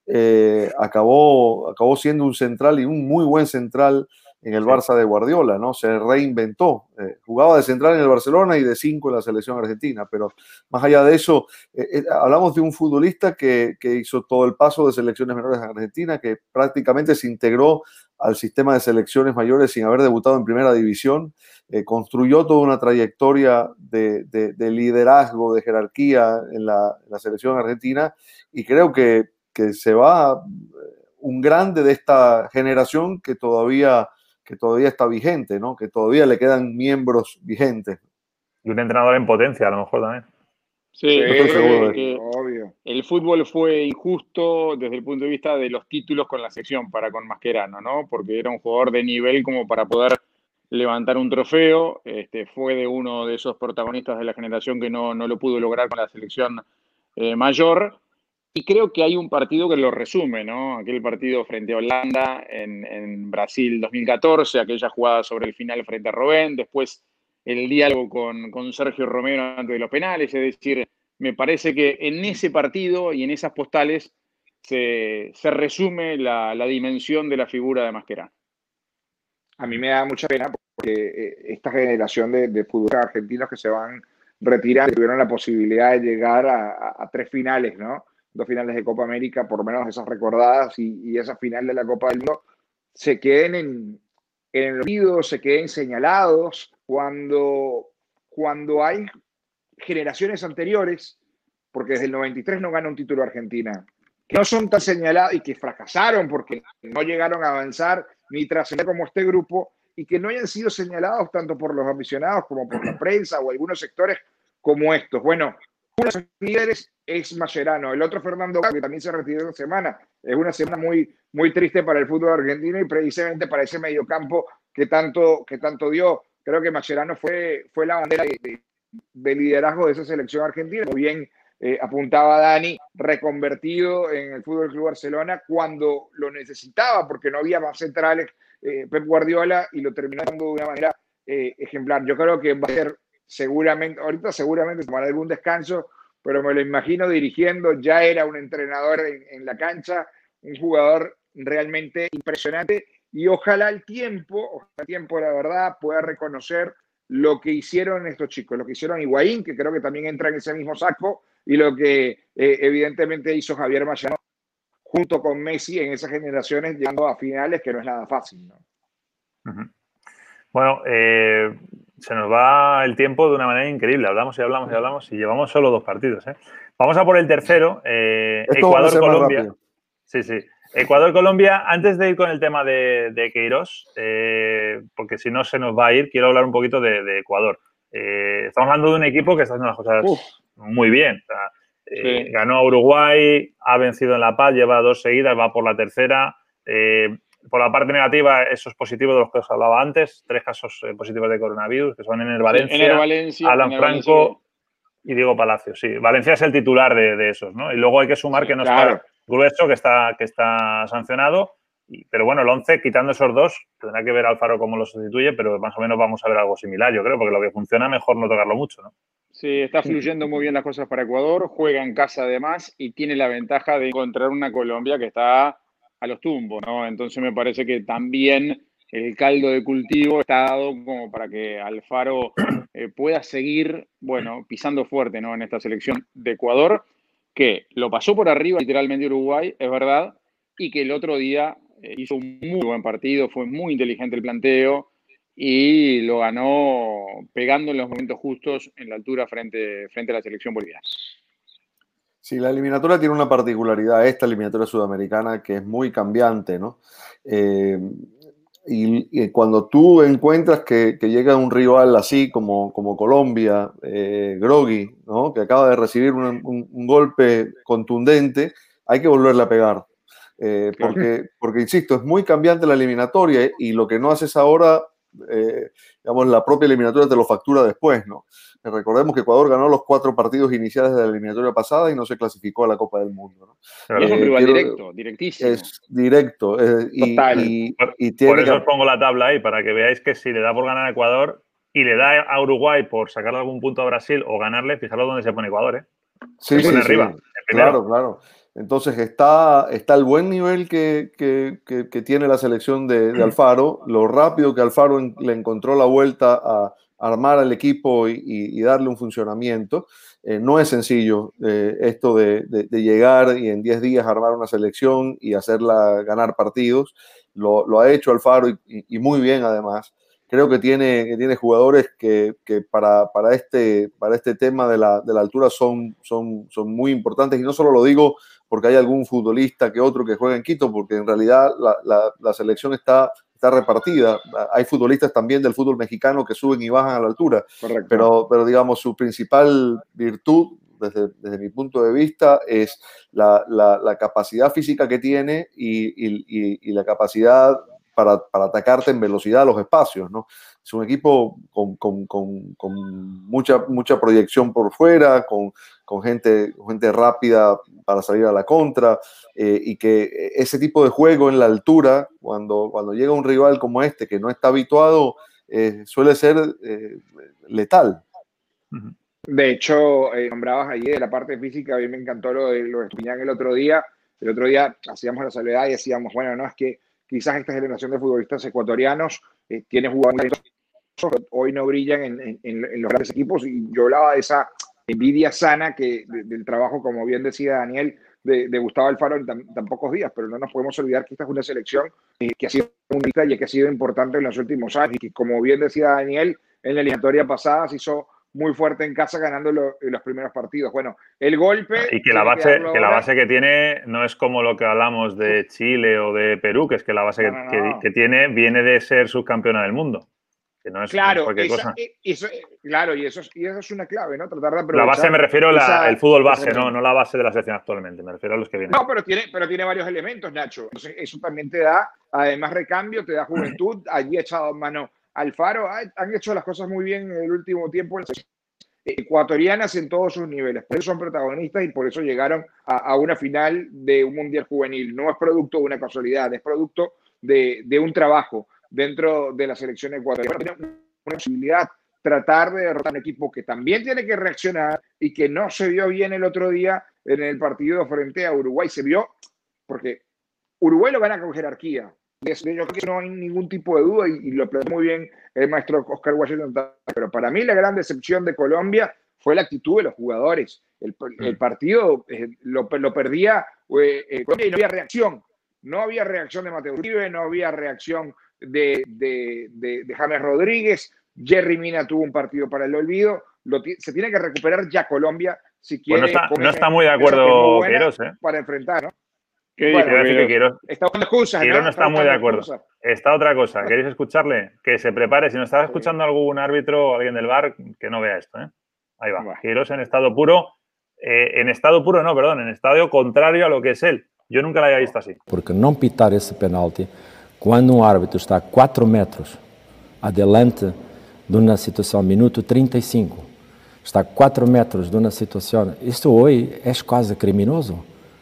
S5: eh, acabó, acabó siendo un central y un muy buen central en el
S2: Sí.
S5: Barça de Guardiola, ¿no? Se reinventó. Eh, jugaba de central en el Barcelona y de cinco en la selección argentina, pero más allá de eso, eh, eh, hablamos de un futbolista que, que hizo todo el paso de selecciones menores en Argentina, que prácticamente se integró al sistema de selecciones mayores sin haber debutado en primera división, eh, construyó toda una trayectoria de, de, de liderazgo, de jerarquía en la, en la selección argentina, y creo que, que se va un grande de esta generación que todavía que todavía está vigente, ¿no? Que todavía le quedan miembros vigentes.
S2: Y un entrenador en potencia, a lo mejor también.
S3: Sí,
S4: Sí,
S3: yo
S5: estoy
S3: creo
S5: seguro de
S3: que, que
S4: obvio.
S3: el fútbol fue injusto desde el punto de vista de los títulos con la sección para con Mascherano, ¿no? Porque era un jugador de nivel como para poder levantar un trofeo. Este, fue de uno de esos protagonistas de la generación que no, no lo pudo lograr con la selección eh, mayor. Y creo que hay un partido que lo resume, ¿no? Aquel partido frente a Holanda en, en Brasil dos mil catorce, aquella jugada sobre el final frente a Robben, después el diálogo con, con Sergio Romero antes de los penales. Es decir, me parece que en ese partido y en esas postales se, se resume la, la dimensión de la figura de Mascherano.
S4: a mí me da mucha pena porque eh, esta generación de, de futbolistas argentinos que se van retirando tuvieron la posibilidad de llegar a, a, a tres finales, ¿no? Dos finales de Copa América, por lo menos esas recordadas, y, y esa final de la Copa del Mundo, se queden en, en el olvido, se queden señalados cuando, cuando hay generaciones anteriores, porque desde el noventa y tres no gana un título Argentina, que no son tan señalados y que fracasaron porque no llegaron a avanzar ni trascender como este grupo, y que no hayan sido señalados tanto por los aficionados como por la prensa o algunos sectores como estos. Bueno, uno de esos líderes es Mascherano, el otro Fernando Gago, que también se retiró esta semana. Es una semana muy, muy triste para el fútbol argentino y precisamente para ese mediocampo que tanto, que tanto dio. Creo que Mascherano fue, fue la bandera de, de, de liderazgo de esa selección argentina. Muy bien eh, apuntaba Dani, reconvertido en el Fútbol Club Barcelona cuando lo necesitaba, porque no había más centrales, eh, Pep Guardiola, y lo terminó dando de una manera eh, ejemplar. Yo creo que va a ser seguramente, ahorita seguramente tomará algún descanso, pero me lo imagino dirigiendo. Ya era un entrenador en, en la cancha, un jugador realmente impresionante, y ojalá el tiempo, ojalá el tiempo, la verdad, pueda reconocer lo que hicieron estos chicos, lo que hicieron Higuaín, que creo que también entra en ese mismo saco, y lo que eh, evidentemente hizo Javier Mascherano junto con Messi en esas generaciones, llegando a finales, que no es nada fácil, ¿no?
S2: Uh-huh. Bueno, eh, se nos va el tiempo de una manera increíble. Hablamos y hablamos y hablamos y llevamos solo dos partidos, ¿eh? Vamos a por el tercero. Eh, Ecuador-Colombia. Sí, sí. Ecuador-Colombia. Antes de ir con el tema de, de Queiroz, eh, porque si no se nos va a ir, quiero hablar un poquito de, de Ecuador. Eh, estamos hablando de un equipo que está haciendo las cosas Uf. muy bien. O sea, eh, sí. Ganó a Uruguay, ha vencido en La Paz, lleva dos seguidas, va por la tercera. Eh, Por la parte negativa, esos positivos de los que os hablaba antes, tres casos positivos de coronavirus, que son Ener Valencia, sí, Ener Valencia Alan Ener Franco Valencia. Y Diego Palacios. Sí, Valencia es el titular de, de esos, ¿no? Y luego hay que sumar sí, que no claro. está Grueso, que está, que está sancionado. Y, pero bueno, el once, quitando esos dos, tendrá que ver Alfaro cómo lo sustituye, pero más o menos vamos a ver algo similar, yo creo, porque lo que funciona mejor no tocarlo mucho, ¿no?
S3: Sí, está fluyendo muy bien las cosas para Ecuador, juega en casa además y tiene la ventaja de encontrar una Colombia que está a los tumbos, ¿no? Entonces me parece que también el caldo de cultivo está dado como para que Alfaro eh, pueda seguir, bueno, pisando fuerte, ¿no? En esta selección de Ecuador, que lo pasó por arriba literalmente Uruguay, es verdad, y que el otro día eh, hizo un muy buen partido, fue muy inteligente el planteo y lo ganó pegando en los momentos justos en la altura frente, frente a la selección boliviana.
S5: Sí, la eliminatoria tiene una particularidad, esta eliminatoria sudamericana, que es muy cambiante, ¿no? Eh, y, y cuando tú encuentras que, que llega un rival así como, como Colombia, eh, groggy, ¿no? Que acaba de recibir un, un, un golpe contundente, hay que volverle a pegar. Eh, porque, porque, insisto, es muy cambiante la eliminatoria y lo que no haces ahora, eh, digamos, la propia eliminatoria te lo factura después, ¿no? Recordemos que Ecuador ganó los cuatro partidos iniciales de la eliminatoria pasada y no se clasificó a la Copa del Mundo, ¿no?
S3: Pero eh, es un rival quiero, directo, directísimo.
S5: Es directo. Eh, y, y,
S2: por,
S5: y tiene
S2: por eso
S5: que...
S2: os pongo la tabla ahí, para que veáis que si le da por ganar a Ecuador y le da a Uruguay por sacarle algún punto a Brasil o ganarle, fijaros dónde se pone Ecuador, ¿eh?
S5: Sí,
S2: se pone
S5: sí,
S2: arriba.
S5: Sí. Claro, claro. Entonces está, está el buen nivel que, que, que, que tiene la selección de, de Alfaro, lo rápido que Alfaro en, le encontró la vuelta a armar al equipo y, y, y darle un funcionamiento. Eh, no es sencillo eh, esto de, de, de llegar y en diez días armar una selección y hacerla ganar partidos. Lo, lo ha hecho Alfaro y, y, y muy bien además. Creo que tiene, que tiene jugadores que, que para, para, este, para este tema de la, de la altura son, son, son muy importantes. Y no solo lo digo porque hay algún futbolista que otro que juega en Quito, porque en realidad la, la, la selección está, está repartida. Hay futbolistas también del fútbol mexicano que suben y bajan a la altura.
S4: Correcto.
S5: Pero, pero digamos, su principal virtud, desde, desde mi punto de vista, es la, la, la capacidad física que tiene y, y, y, y la capacidad Para, para atacarte en velocidad los espacios, ¿no? Es un equipo con, con, con, con mucha, mucha proyección por fuera, con, con gente, gente rápida para salir a la contra, eh, y que ese tipo de juego en la altura, cuando, cuando llega un rival como este que no está habituado, eh, suele ser eh, letal.
S4: De hecho, eh, nombrabas allí de la parte física, a mí me encantó lo de, lo de Estupiñán el otro día. El otro día hacíamos la salvedad y decíamos, bueno, no, es que quizás esta generación de futbolistas ecuatorianos eh, tiene jugadores que hoy no brillan en, en, en los grandes equipos, y yo hablaba de esa envidia sana que, de, del trabajo, como bien decía Daniel, de, de Gustavo Alfaro en tan, tan pocos días, pero no nos podemos olvidar que esta es una selección eh, que ha sido única y que ha sido importante en los últimos años, y que, como bien decía Daniel, en la eliminatoria pasada se hizo muy fuerte en casa, ganando lo, los primeros partidos. Bueno, el golpe...
S2: Y que la, base, que, que la base que tiene no es como lo que hablamos de Chile o de Perú, que es que la base no, no, no. Que, que tiene viene de ser subcampeona del mundo. Que no es,
S4: claro,
S2: no es cualquier
S4: esa,
S2: cosa.
S4: Eso, claro, y eso, y eso es una clave, ¿no? Tratar de aprovechar.
S2: La base me refiero al fútbol base,
S4: esa,
S2: no, no la base de la selección actualmente, me refiero a los que vienen.
S4: No, pero tiene, pero tiene varios elementos, Nacho. Entonces, eso también te da, además, recambio, te da juventud. Allí ha echado mano Alfaro. Han hecho las cosas muy bien en el último tiempo. Ecuatorianas en todos sus niveles. Por eso son protagonistas y por eso llegaron a, a una final de un Mundial Juvenil. No es producto de una casualidad, es producto de, de un trabajo dentro de la selección ecuatoriana. Tiene una posibilidad, tratar de derrotar a un equipo que también tiene que reaccionar y que no se vio bien el otro día en el partido frente a Uruguay. Se vio porque Uruguay lo gana con jerarquía. Yo creo que no hay ningún tipo de duda, y, y lo planteó muy bien el maestro Oscar Washington. Pero para mí la gran decepción de Colombia fue la actitud de los jugadores. El, el partido eh, lo, lo perdía eh, eh, y no había reacción. No había reacción de Mateo Uribe, no había reacción de, de, de, de James Rodríguez. Jerry Mina tuvo un partido para el olvido. Lo, se tiene que recuperar ya Colombia si quiere.
S2: Pues no está, no está muy de acuerdo Queiroz, ¿eh?
S4: Para enfrentar, ¿no?
S2: ¿Qué bueno, dice que Queiroz?
S4: Está buscando excusas,
S2: Queiroz
S4: ¿no?
S2: no está, está muy de acuerdo. Excusas. Está otra cosa. ¿Queréis escucharle? Que se prepare. Si nos estaba escuchando algún árbitro o alguien del V A R, que no vea esto, ¿eh? Ahí va. Bueno. Queiroz en estado puro. Eh, en estado puro, no, perdón. En estado contrario a lo que es él. Yo nunca la había visto así.
S7: Porque não pitar esse penalti quando um árbitro está a quatro metros adelante de uma situação, minuto trinta e cinco, está a quatro metros de uma situação, isto hoje é quase criminoso.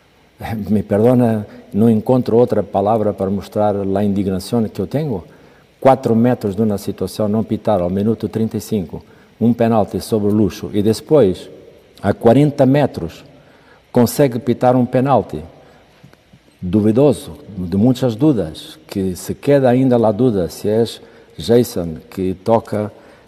S7: Me perdona, não encontro outra palavra para mostrar a indignação que eu tenho. quatro metros de uma situação, não pitar ao minuto trinta e cinco, um penalti sobre o Lucho, e depois, a quarenta metros, consegue pitar um penalti duvidoso, de muitas dúvidas, que se queda ainda a dúvida se é Jason que toca,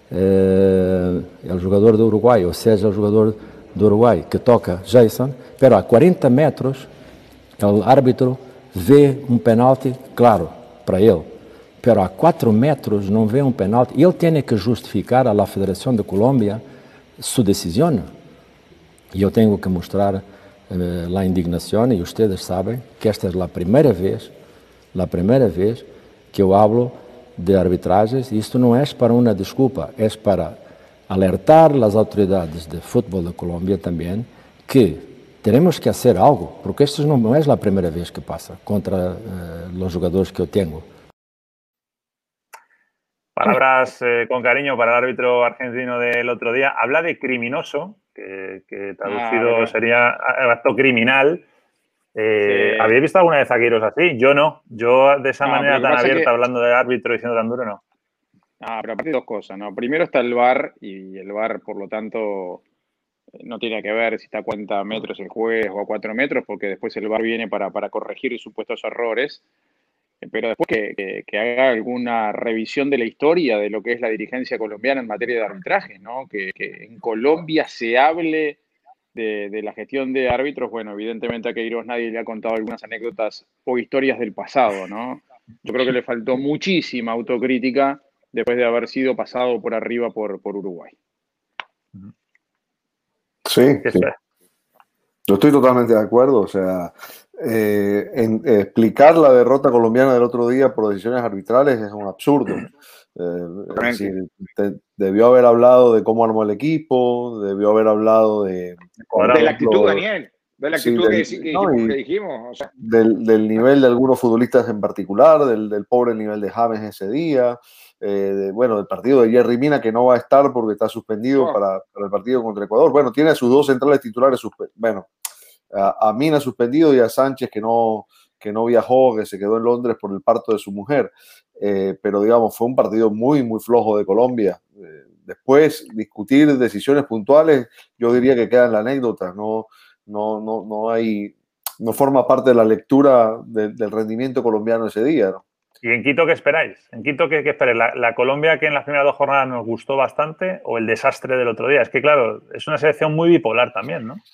S7: eh, é o jogador do Uruguai, ou seja, o jogador do Uruguai que toca Jason, pero a quarenta metros o árbitro vê um penalti, claro, para ele, pero a quatro metros não vê um penalti, e ele tem que justificar à Federação de Colômbia sua decisão. E eu tenho que mostrar eh, a indignação, e vocês sabem que esta é a primeira vez, a primeira vez que eu hablo de arbitragens, e isto não é para uma desculpa, é para alertar as autoridades de futebol de Colômbia também que temos que fazer algo, porque esto não é a primeira vez que passa contra eh, os jogadores que eu tenho.
S2: Palabras eh, con cariño para el árbitro argentino del otro día. Habla de criminoso, que, que traducido ah, sería acto criminal. Eh, sí. ¿Habéis visto alguna vez a Queiroz así? Yo no. Yo de esa no, manera tan abierta, que... hablando de árbitro y siendo tan duro, no.
S3: Ah, pero aparte dos cosas, ¿no? Primero está el V A R, y el V A R, por lo tanto, no tiene que ver si está a cuarenta metros el juez o a cuatro metros, porque después el V A R viene para, para corregir supuestos errores. Pero después que, que, que haga alguna revisión de la historia de lo que es la dirigencia colombiana en materia de arbitraje, ¿no? Que, que en Colombia se hable de, de la gestión de árbitros. Bueno, evidentemente a Queiroz nadie le ha contado algunas anécdotas o historias del pasado, ¿no? Yo creo que le faltó muchísima autocrítica después de haber sido pasado por arriba por, por Uruguay.
S5: Sí, sí. Yo estoy totalmente de acuerdo, o sea... Eh, en, eh, explicar la derrota colombiana del otro día por decisiones arbitrales es un absurdo. Eh, es decir, te, debió haber hablado de cómo armó el equipo, debió haber hablado de...
S4: De la actitud, Daniel, de la actitud sí, del, que, no, que, que dijimos. O sea.
S5: del, del nivel de algunos futbolistas en particular, del, del pobre nivel de James ese día, eh, de, bueno, del partido de Jerry Mina, que no va a estar porque está suspendido oh. para, para el partido contra Ecuador. Bueno, tiene a sus dos centrales titulares suspendidos. Bueno, a, a Mina suspendido y a Sánchez que no, que no viajó, que se quedó en Londres por el parto de su mujer. Eh, pero digamos, fue un partido muy, muy flojo de Colombia. Eh, después, discutir decisiones puntuales, yo diría que queda en la anécdota. No, no, no, no hay, no forma parte de la lectura de, del rendimiento colombiano ese día, ¿no?
S2: ¿Y en Quito qué esperáis? ¿En Quito qué, qué esperáis? ¿La, ¿La Colombia que en las primeras dos jornadas nos gustó bastante o el desastre del otro día? Es que, claro, es una selección muy bipolar también, ¿no?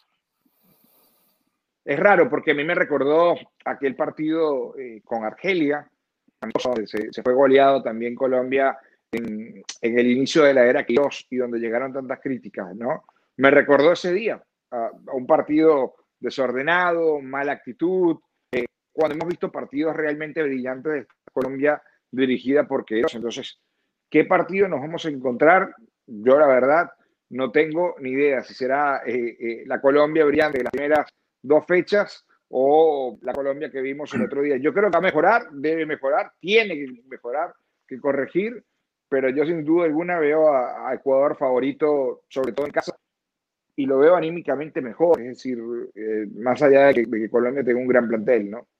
S4: Es raro porque a mí me recordó aquel partido eh, con Argelia, donde se, se fue goleado también Colombia en, en el inicio de la era Queiroz y donde llegaron tantas críticas, ¿no? Me recordó ese día, a, a un partido desordenado, mala actitud, eh, cuando hemos visto partidos realmente brillantes de Colombia dirigida por Queiroz. Entonces, ¿qué partido nos vamos a encontrar? Yo, la verdad, no tengo ni idea si será eh, eh, la Colombia brillante de las primeras dos fechas o la Colombia que vimos el otro día. Yo creo que va a mejorar, debe mejorar, tiene que mejorar, que corregir, pero yo sin duda alguna veo a, a Ecuador favorito, sobre todo en casa, y lo veo anímicamente mejor, es decir, eh, más allá de que, de que Colombia tenga un gran plantel, ¿no?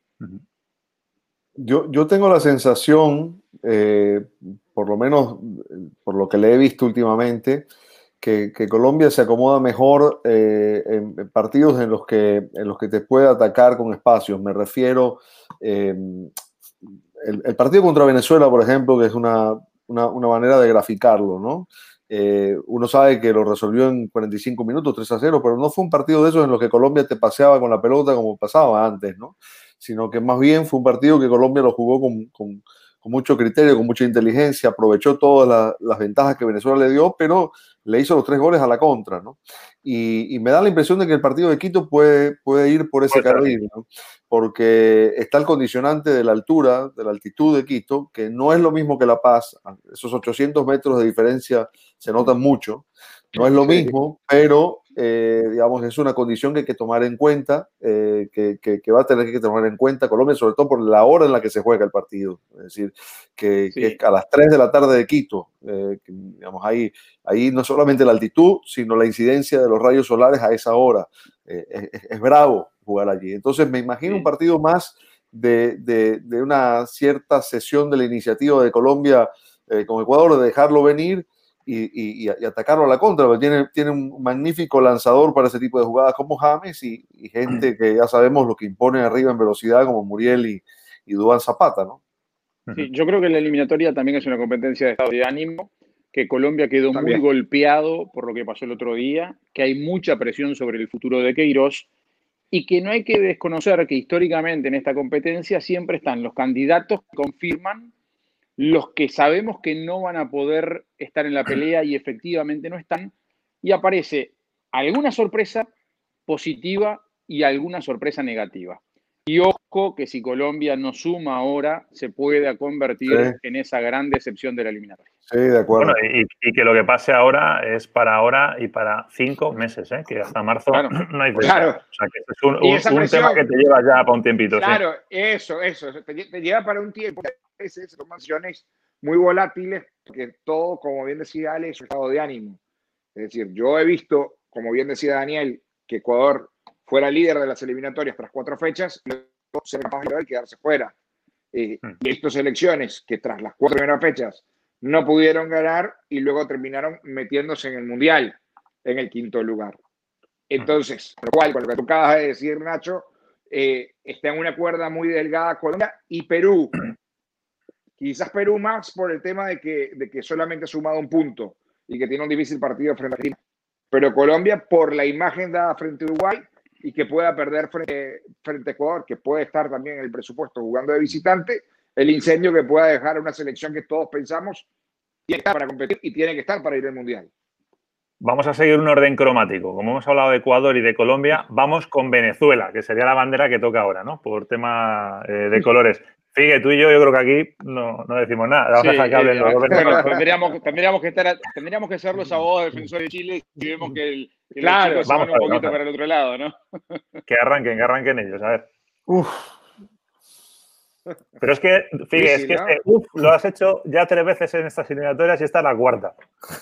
S5: Yo, yo tengo la sensación, eh, por lo menos por lo que le he visto últimamente, Que, que Colombia se acomoda mejor eh, en, en partidos en los, que, en los que te puede atacar con espacios. Me refiero eh, el, el partido contra Venezuela, por ejemplo, que es una, una, una manera de graficarlo, ¿no? Eh, uno sabe que lo resolvió en cuarenta y cinco minutos, tres a cero, pero no fue un partido de esos en los que Colombia te paseaba con la pelota como pasaba antes, ¿no? Sino que más bien fue un partido que Colombia lo jugó con, con, con mucho criterio, con mucha inteligencia, aprovechó todas la, las ventajas que Venezuela le dio, pero le hizo los tres goles a la contra, ¿no? Y, y me da la impresión de que el partido de Quito puede, puede ir por ese carril, ¿no? Porque está el condicionante de la altura, de la altitud de Quito, que no es lo mismo que La Paz. Esos ochocientos metros de diferencia se notan mucho. No es lo mismo, pero eh, digamos, es una condición que hay que tomar en cuenta, eh, que, que, que va a tener que tomar en cuenta Colombia, sobre todo por la hora en la que se juega el partido. Es decir, que, sí. que es a las tres de la tarde de Quito. Eh, que, digamos, ahí, ahí no solamente la altitud, sino la incidencia de los rayos solares a esa hora. Eh, es, es bravo jugar allí. Entonces me imagino sí. un partido más de, de, de una cierta cesión de la iniciativa de Colombia eh, con Ecuador, de dejarlo venir Y, y, y atacarlo a la contra, porque tiene, tiene un magnífico lanzador para ese tipo de jugadas como James y, y gente que ya sabemos lo que impone arriba en velocidad como Muriel y, y Duván Zapata, ¿no?
S3: Sí, yo creo que la eliminatoria también es una competencia de estado de ánimo, que Colombia quedó también muy golpeado por lo que pasó el otro día, que hay mucha presión sobre el futuro de Queiroz y que no hay que desconocer que históricamente en esta competencia siempre están los candidatos que confirman, los que sabemos que no van a poder estar en la pelea y efectivamente no están, y aparece alguna sorpresa positiva y alguna sorpresa negativa. Y ojo que si Colombia no suma ahora, se puede convertir sí. en esa gran decepción de la eliminatoria.
S5: Sí, de acuerdo.
S2: Bueno, y, y que lo que pase ahora es para ahora y para cinco meses, ¿eh? Que hasta marzo claro. no hay fecha. Claro. O sea, que es un, un, un tema que te lleva ya para un tiempito.
S4: Claro,
S2: sí.
S4: eso, eso, te, te lleva para un tiempo. A veces son mansiones muy volátiles, porque todo, como bien decía Alex, es un estado de ánimo. Es decir, yo he visto, como bien decía Daniel, que Ecuador fuera líder de las eliminatorias tras cuatro fechas, y luego ser capaz de quedarse fuera. Eh, y estas elecciones que tras las cuatro primeras fechas no pudieron ganar y luego terminaron metiéndose en el Mundial, en el quinto lugar. Entonces, con lo cual, con lo que tú acabas de decir, Nacho, eh, está en una cuerda muy delgada Colombia y Perú. Quizás Perú más por el tema de que, de que solamente ha sumado un punto y que tiene un difícil partido frente a Argentina. Pero Colombia por la imagen dada frente a Uruguay y que pueda perder frente, frente a Ecuador, que puede estar también en el presupuesto jugando de visitante, el incendio que pueda dejar una selección que todos pensamos tiene que estar para competir y tiene que estar para ir al Mundial.
S2: Vamos a seguir un orden cromático. Como hemos hablado de Ecuador y de Colombia, vamos con Venezuela, que sería la bandera que toca ahora, ¿no? Por tema eh, de colores. Figue, tú y yo, yo creo que aquí no, no decimos nada. Vamos sí, a dejar que hablen eh, los
S3: bueno, tendríamos, tendríamos, que estar, tendríamos que ser los abogados defensores de Chile y vemos que, el, que
S2: claro,
S3: los chicos
S2: vamos
S3: se van un poquito para el otro lado, ¿no?
S2: Que arranquen, que arranquen ellos, a ver. Uf. Pero es que, Figue, sí, sí, es que ¿no? este uf lo has hecho ya tres veces en estas eliminatorias y esta es la cuarta.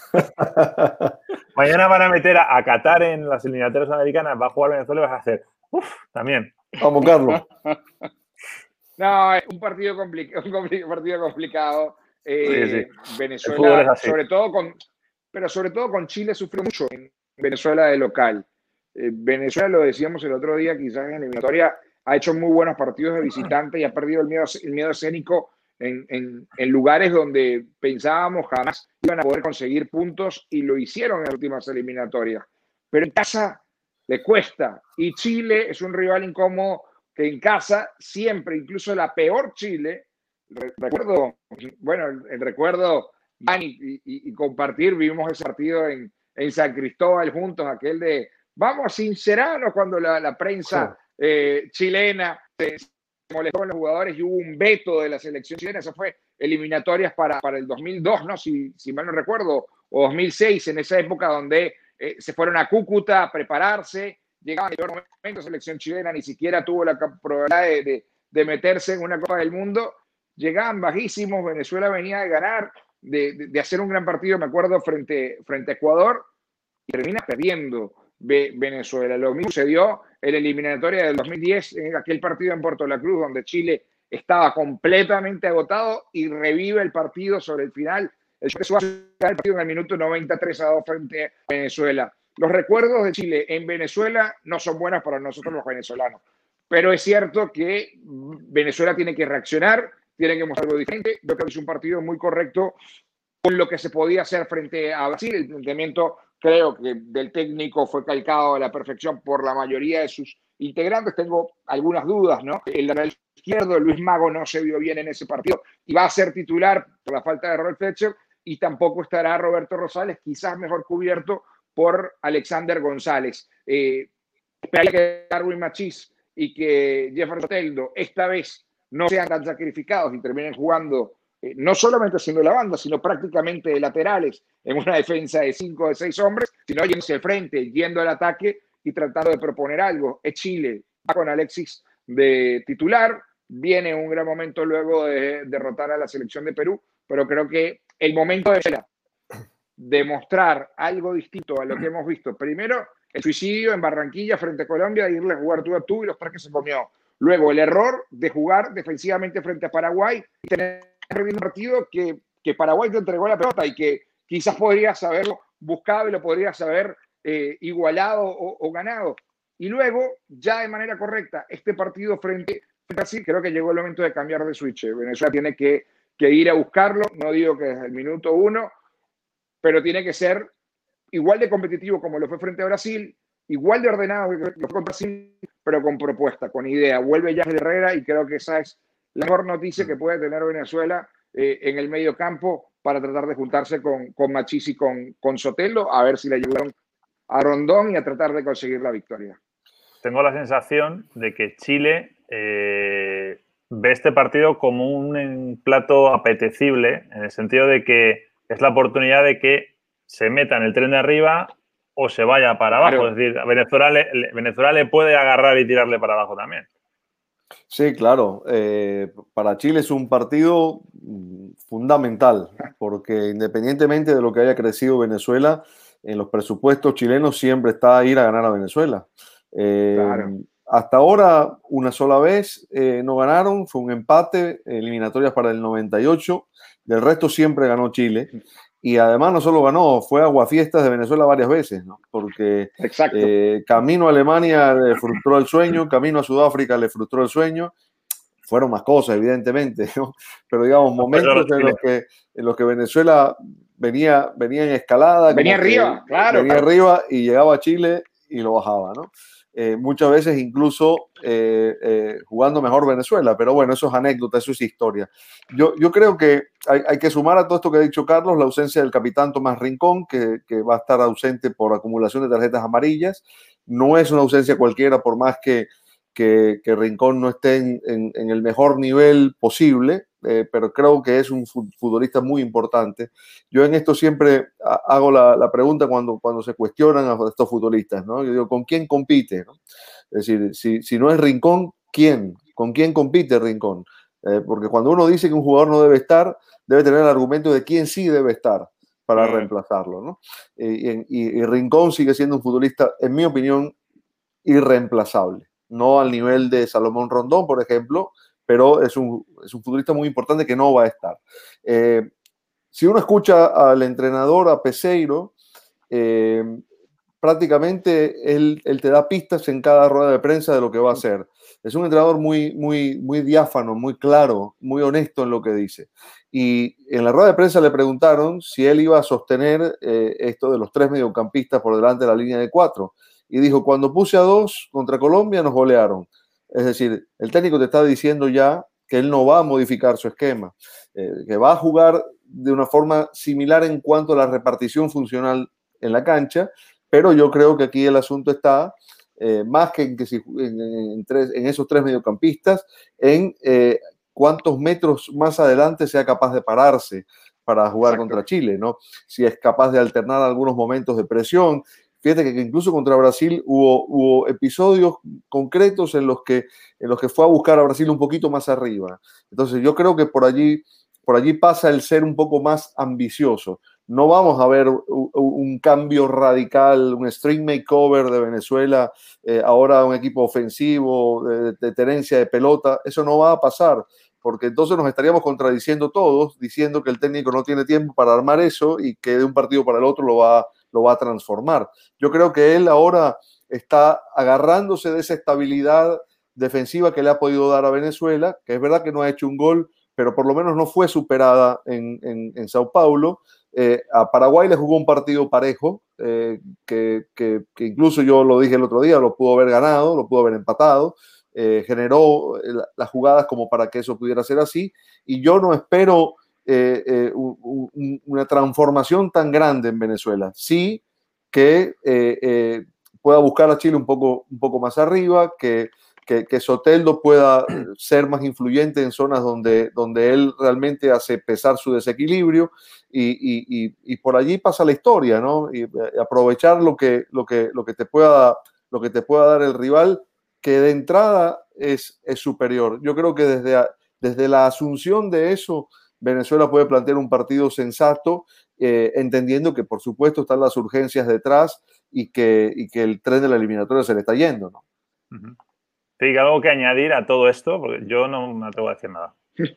S2: Mañana van a meter a, a Qatar en las eliminatorias americanas, va a jugar Venezuela y vas a hacer uf también.
S5: Vamos, Carlos.
S4: No, es un partido, complicado, un complicado, partido complicado. Eh, sí, sí. Venezuela, sobre todo con, pero sobre todo con Chile sufrió mucho en Venezuela de local. Eh, Venezuela, lo decíamos el otro día, quizás en la eliminatoria ha hecho muy buenos partidos de visitante y ha perdido el miedo, el miedo escénico en, en, en lugares donde pensábamos jamás iban a poder conseguir puntos y lo hicieron en las últimas eliminatorias. Pero en casa le cuesta y Chile es un rival incómodo que en casa siempre, incluso la peor Chile, recuerdo, bueno, el, el recuerdo y, y, y compartir, vivimos ese partido en, en San Cristóbal juntos, aquel de vamos a sincerarnos cuando la, la prensa eh, chilena se molestó con los jugadores y hubo un veto de la selección chilena. Eso fue eliminatorias para, para el dos mil dos, ¿no? Si, si mal no recuerdo, o dos mil seis, en esa época donde eh, se fueron a Cúcuta a prepararse, llegaban en el peor momento, la selección chilena ni siquiera tuvo la probabilidad de, de, de meterse en una Copa del Mundo, llegaban bajísimos, Venezuela venía de ganar, de, de, de hacer un gran partido, me acuerdo, frente, frente a Ecuador, y termina perdiendo Venezuela. Lo mismo sucedió en la eliminatoria del dos mil diez, en aquel partido en Puerto La Cruz, donde Chile estaba completamente agotado y revive el partido sobre el final. El partido en el minuto noventa y tres a dos frente a Venezuela. Los recuerdos de Chile en Venezuela no son buenos para nosotros los venezolanos, pero es cierto que Venezuela tiene que reaccionar, tiene que mostrar algo diferente. Yo creo que es un partido muy correcto con lo que se podía hacer frente a Brasil. El planteamiento, creo que del técnico, fue calcado a la perfección por la mayoría de sus integrantes. Tengo algunas dudas, ¿no? El lateral izquierdo, Luis Mago, no se vio bien en ese partido y va a ser titular por la falta de Robert Fletcher, y tampoco estará Roberto Rosales, quizás mejor cubierto por Alexander González. Eh, esperaría que Darwin Machís y que Jefferson Soteldo esta vez no sean tan sacrificados y terminen jugando eh, no solamente siendo la banda, sino prácticamente de laterales en una defensa de cinco o de seis hombres, sino yéndose al frente, yendo al ataque y tratando de proponer algo. Es Chile, va con Alexis de titular, viene un gran momento luego de derrotar a la selección de Perú, pero creo que el momento de demostrar algo distinto a lo que hemos visto. Primero, el suicidio en Barranquilla frente a Colombia, irle a jugar tú a tú y los tres que se comió. Luego, el error de jugar defensivamente frente a Paraguay y tener un partido que, que Paraguay te entregó la pelota y que quizás podrías haberlo buscado y lo podrías haber eh, igualado o, o ganado. Y luego, ya de manera correcta, este partido frente a Brasil, creo que llegó el momento de cambiar de switch. Venezuela tiene que, que ir a buscarlo, no digo que desde el minuto uno, pero tiene que ser igual de competitivo como lo fue frente a Brasil, igual de ordenado que lo fue contra Brasil, pero con propuesta, con idea. Vuelve Yángel Herrera y creo que esa es la mejor noticia que puede tener Venezuela eh, en el medio campo para tratar de juntarse con, con Machís y con, con Soteldo, a ver si le ayudaron a Rondón y a tratar de conseguir la victoria.
S2: Tengo la sensación de que Chile eh, ve este partido como un plato apetecible, en el sentido de que es la oportunidad de que se meta en el tren de arriba o se vaya para abajo. Claro. Es decir, Venezuela le, Venezuela le puede agarrar y tirarle para abajo también.
S5: Sí, claro. Eh, para Chile es un partido fundamental, porque independientemente de lo que haya crecido Venezuela, en los presupuestos chilenos siempre está ir a ganar a Venezuela. Eh, claro. Hasta ahora, una sola vez eh, no ganaron, fue un empate, eliminatorias para el noventa y ocho, del resto siempre ganó Chile. Y además no solo ganó, fue aguafiestas de Venezuela varias veces, ¿no? Porque eh, camino a Alemania le frustró el sueño, camino a Sudáfrica le frustró el sueño. Fueron más cosas, evidentemente, ¿no? Pero digamos, momentos en los que, en los que Venezuela venía, venía en escalada.
S4: Venía arriba, claro.
S5: Venía
S4: claro.
S5: arriba y llegaba a Chile y lo bajaba, ¿no? Eh, muchas veces incluso eh, eh, jugando mejor Venezuela, pero bueno, eso es anécdota, eso es historia. Yo, yo creo que hay, hay que sumar a todo esto que ha dicho Carlos, la ausencia del capitán Tomás Rincón, que, que va a estar ausente por acumulación de tarjetas amarillas. No es una ausencia cualquiera, por más que, que, que Rincón no esté en, en, en el mejor nivel posible, eh, pero creo que es un futbolista muy importante. Yo en esto siempre hago la, la pregunta cuando, cuando se cuestionan a estos futbolistas, ¿no? Yo digo, ¿con quién compite, ¿no? Es decir, si, si no es Rincón, ¿quién? ¿Con quién compite Rincón? Eh, porque cuando uno dice que un jugador no debe estar, debe tener el argumento de quién sí debe estar para mm. reemplazarlo, ¿no? Eh, y, y Rincón sigue siendo un futbolista, en mi opinión, irreemplazable. No al nivel de Salomón Rondón, por ejemplo, pero es un, es un futbolista muy importante que no va a estar. Eh, si uno escucha al entrenador, a Peseiro, eh, prácticamente él, él te da pistas en cada rueda de prensa de lo que va a hacer. Es un entrenador muy, muy, muy diáfano, muy claro, muy honesto en lo que dice. Y en la rueda de prensa le preguntaron si él iba a sostener eh, esto de los tres mediocampistas por delante de la línea de cuatro. Y dijo, cuando puse a dos contra Colombia nos golearon. Es decir, el técnico te está diciendo ya que él no va a modificar su esquema, eh, que va a jugar de una forma similar en cuanto a la repartición funcional en la cancha, pero yo creo que aquí el asunto está eh, más que en, que si, en, en, tres, en esos tres mediocampistas, en eh, cuántos metros más adelante sea capaz de pararse para jugar Exacto. contra Chile, ¿no? Si es capaz de alternar algunos momentos de presión. Fíjate que incluso contra Brasil hubo, hubo episodios concretos en los, que, en los que fue a buscar a Brasil un poquito más arriba. Entonces yo creo que por allí, por allí pasa el ser un poco más ambicioso. No vamos a ver un, un cambio radical, un string makeover de Venezuela, eh, ahora un equipo ofensivo, de, de tenencia de pelota. Eso no va a pasar, porque entonces nos estaríamos contradiciendo todos, diciendo que el técnico no tiene tiempo para armar eso y que de un partido para el otro lo va a lo va a transformar. Yo creo que él ahora está agarrándose de esa estabilidad defensiva que le ha podido dar a Venezuela, que es verdad que no ha hecho un gol, pero por lo menos no fue superada en, en, en Sao Paulo. Eh, a Paraguay le jugó un partido parejo, eh, que, que, que incluso yo lo dije el otro día, lo pudo haber ganado, lo pudo haber empatado, eh, generó las jugadas como para que eso pudiera ser así, y yo no espero Eh, eh, un, un, una transformación tan grande en Venezuela. Sí que eh, eh, pueda buscar a Chile un poco, un poco más arriba, que, que, que Soteldo pueda ser más influyente en zonas donde, donde él realmente hace pesar su desequilibrio y, y, y, y por allí pasa la historia, ¿no? Y aprovechar lo que, lo que, lo que, te, pueda, lo que te pueda dar el rival, que de entrada es, es superior. Yo creo que desde, desde la asunción de eso Venezuela puede plantear un partido sensato, eh, entendiendo que por supuesto están las urgencias detrás y que, y que el tren de la eliminatoria se le está yendo, ¿no?
S2: Uh-huh. ¿Hay algo que añadir a todo esto? Porque yo no me atrevo a decir nada.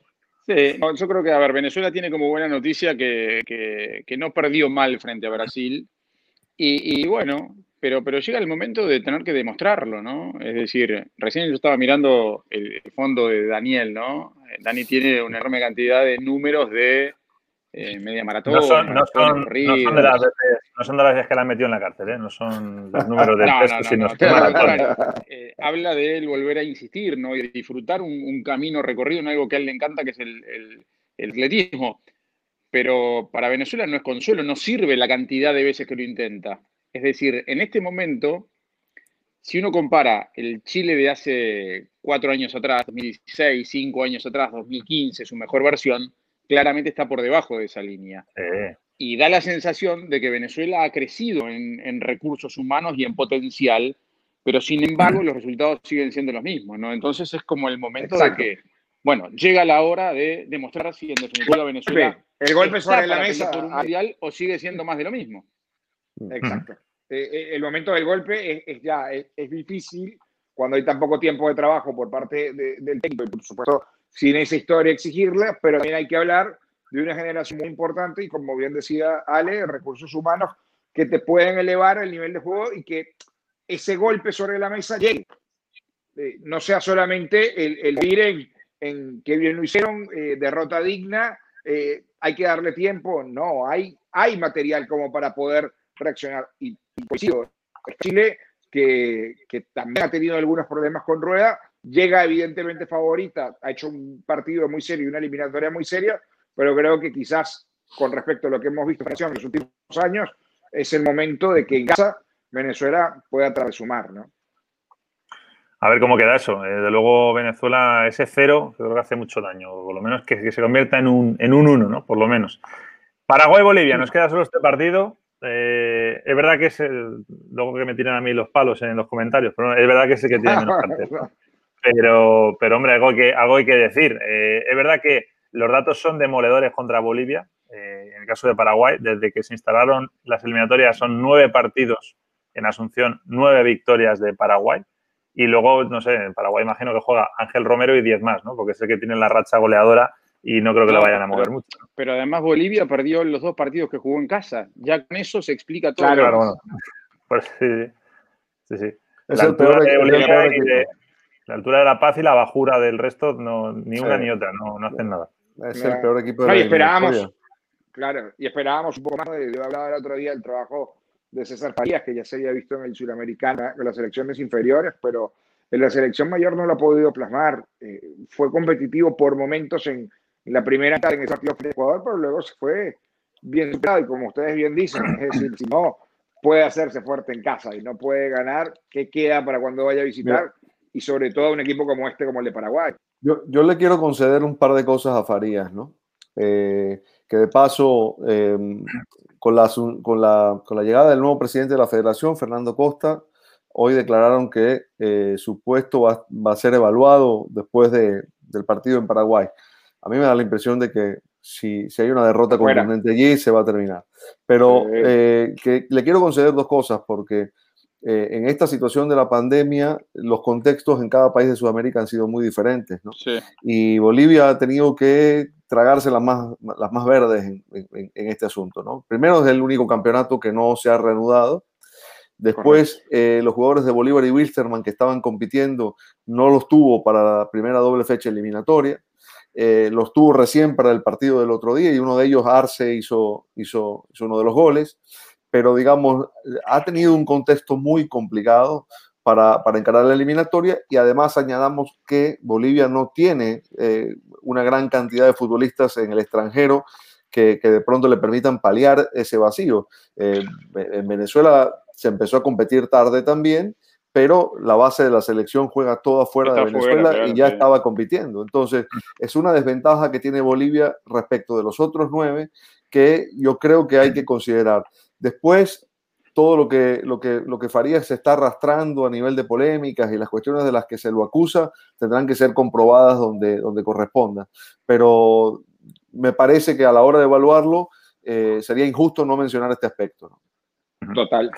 S3: Sí, no, yo creo que, a ver, Venezuela tiene como buena noticia que, que, que no perdió mal frente a Brasil y, y bueno, pero, pero llega el momento de tener que demostrarlo, ¿no? Es decir, recién yo estaba mirando el, el fondo de Daniel, ¿no? Dani tiene una enorme cantidad de números de eh, media maratón.
S2: No son, no, son, no, son de las veces, no son de las veces que la han metido en la cárcel, ¿eh? No son los números del
S3: no,
S2: texto,
S3: no, no,
S2: sino
S3: no,
S2: son maratones.
S3: Eh, habla de él volver a insistir, ¿no? Y de disfrutar un, un camino recorrido en algo que a él le encanta, que es el, el, el atletismo. Pero para Venezuela no es consuelo, no sirve la cantidad de veces que lo intenta. Es decir, en este momento, si uno compara el Chile de hace cuatro años atrás, dos mil dieciséis, cinco años atrás, dos mil quince, su mejor versión, claramente está por debajo de esa línea.
S2: Eh.
S3: Y da la sensación de que Venezuela ha crecido en, en recursos humanos y en potencial, pero sin embargo los resultados siguen siendo los mismos, ¿no? Entonces es como el momento Exacto. de que, bueno, llega la hora de demostrar si en definitiva Venezuela
S4: el golpe sobre la mesa
S3: por un mundial o sigue siendo más de lo mismo.
S4: Exacto. Eh, el momento del golpe es, es ya es, es difícil cuando hay tan poco tiempo de trabajo por parte de, del técnico y por supuesto sin esa historia exigirla, pero también hay que hablar de una generación muy importante y como bien decía Ale, recursos humanos que te pueden elevar el nivel de juego y que ese golpe sobre la mesa llegue. Eh, no sea solamente el, el ir en, en qué bien lo hicieron, eh, derrota digna, eh, hay que darle tiempo. No, hay, hay material como para poder reaccionar. Y, y coincido, Chile, que, que también ha tenido algunos problemas con Rueda, llega evidentemente favorita, ha hecho un partido muy serio y una eliminatoria muy seria, pero creo que quizás con respecto a lo que hemos visto en los últimos años, es el momento de que en casa Venezuela pueda tratar de sumar, ¿no?
S2: A ver cómo queda eso. Desde luego Venezuela, ese cero, creo que hace mucho daño, o por lo menos que, que se convierta en un, en un uno, ¿no? Por lo menos. Paraguay-Bolivia, nos queda solo este partido. Eh, es verdad que es el, luego que me tiran a mí los palos en los comentarios, pero es verdad que es el que tiene menos cartel. Pero, pero hombre, algo hay que, algo hay que decir. Eh, es verdad que los datos son demoledores contra Bolivia. Eh, en el caso de Paraguay, desde que se instalaron las eliminatorias son nueve partidos en Asunción, nueve victorias de Paraguay. Y luego, no sé, en Paraguay imagino que juega Ángel Romero y diez más, ¿no? Porque es el que tiene la racha goleadora y no creo que no, lo vayan a mover
S3: pero,
S2: mucho.
S3: Pero además Bolivia perdió los dos partidos que jugó en casa. Ya con eso se explica todo.
S2: Claro, claro, bueno. Pues sí, sí. sí, sí.
S5: Es la, el altura peor, de Bolivia y de,
S2: La altura de La Paz y la bajura del resto, no, ni una
S5: Sí.
S2: ni otra, no, no hacen nada.
S5: Es
S4: Mira.
S5: el peor equipo de
S4: No,
S5: la
S4: y esperábamos,
S5: eliminatoria.
S4: claro, y esperábamos un poco más. De, yo hablaba el otro día del trabajo de César Farías, que ya se había visto en el Suramericana con las selecciones inferiores, pero en la selección mayor no lo ha podido plasmar. Eh, fue competitivo por momentos en, en la primera etapa en ese partido frente a Ecuador, pero luego se fue bien superado. Y como ustedes bien dicen, es decir, si no puede hacerse fuerte en casa y no puede ganar, ¿qué queda para cuando vaya a visitar?
S5: Mira.
S4: Y sobre todo un equipo como este, como el de Paraguay.
S5: Yo, yo le quiero conceder un par de cosas a Farías, ¿no? Eh, que de paso, eh, con, la, con, la, con la llegada del nuevo presidente de la federación, Fernando Costa, hoy declararon que eh, su puesto va, va a ser evaluado después de, del partido en Paraguay. A mí me da la impresión de que si, si hay una derrota
S4: Fuera.
S5: contundente allí, se va a terminar. Pero
S4: Sí.
S5: eh, que le quiero conceder dos cosas, porque eh, en esta situación de la pandemia, los contextos en cada país de Sudamérica han sido muy diferentes, ¿no?
S3: Sí.
S5: Y Bolivia ha tenido que tragarse las más, las más verdes en, en, en este asunto, ¿no? Primero, es el único campeonato que no se ha reanudado. Después, eh, los jugadores de Bolívar y Wilstermann que estaban compitiendo no los tuvo para la primera doble fecha eliminatoria. Eh, los tuvo recién para el partido del otro día y uno de ellos, Arce, hizo, hizo, hizo uno de los goles. Pero, digamos, ha tenido un contexto muy complicado para, para encarar la eliminatoria y además añadamos que Bolivia no tiene eh, una gran cantidad de futbolistas en el extranjero que, que de pronto le permitan paliar ese vacío. Eh, en Venezuela se empezó a competir tarde también, pero la base de la selección juega toda fuera
S3: Está
S5: de Venezuela
S3: fuera, claro,
S5: y ya
S3: sí.
S5: estaba compitiendo. Entonces, es una desventaja que tiene Bolivia respecto de los otros nueve que yo creo que hay que considerar. Después, todo lo que, lo que, lo que Farías se está arrastrando a nivel de polémicas y las cuestiones de las que se lo acusa tendrán que ser comprobadas donde, donde corresponda. Pero me parece que a la hora de evaluarlo eh, sería injusto no mencionar este aspecto, ¿no?
S4: Total.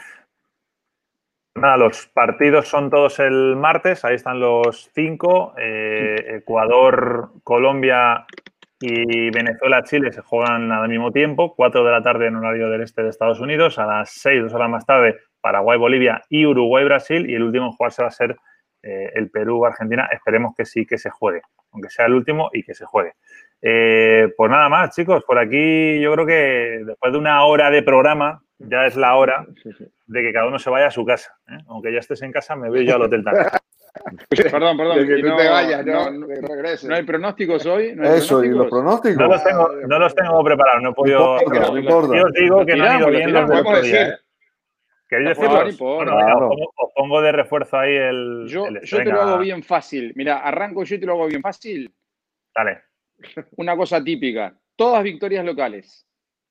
S2: Nada, los partidos son todos el martes, ahí están los cinco. Eh, Ecuador, Colombia y Venezuela-Chile se juegan al mismo tiempo, cuatro de la tarde en horario del este de Estados Unidos, a las seis, dos horas más tarde, Paraguay-Bolivia y Uruguay-Brasil, y el último en jugarse va a ser eh, el Perú-Argentina. Esperemos que sí que se juegue, aunque sea el último y que se juegue. Eh, pues nada más, chicos, por aquí yo creo que después de una hora de programa ya es la hora de que cada uno se vaya a su casa, ¿eh? Aunque ya estés en casa, me voy yo al hotel también.
S3: Perdón, perdón.
S4: De que
S3: y
S4: tú
S3: no,
S4: te vayas, ¿no?
S3: no,
S4: De que regreses.
S3: no hay pronósticos hoy. ¿No hay
S5: Eso, y los pronósticos.
S2: No los tengo, no los tengo preparados, no he podido.
S5: No importa, no importa.
S2: Yo os digo que no han ido
S3: Tiramos,
S2: bien los del
S3: tiramos,
S2: otro
S4: podemos
S2: día,
S4: decir.
S2: ¿eh? ¿Queréis
S3: No, no
S2: decirlos?
S3: importa.
S2: Bueno, venga,
S5: Claro.
S2: os, pongo, os pongo de refuerzo ahí el.
S3: Yo,
S2: el
S3: yo te
S2: venga,
S3: lo hago bien fácil. Mira, arranco yo y te lo hago bien fácil.
S2: Dale.
S3: Una cosa típica. Todas victorias locales.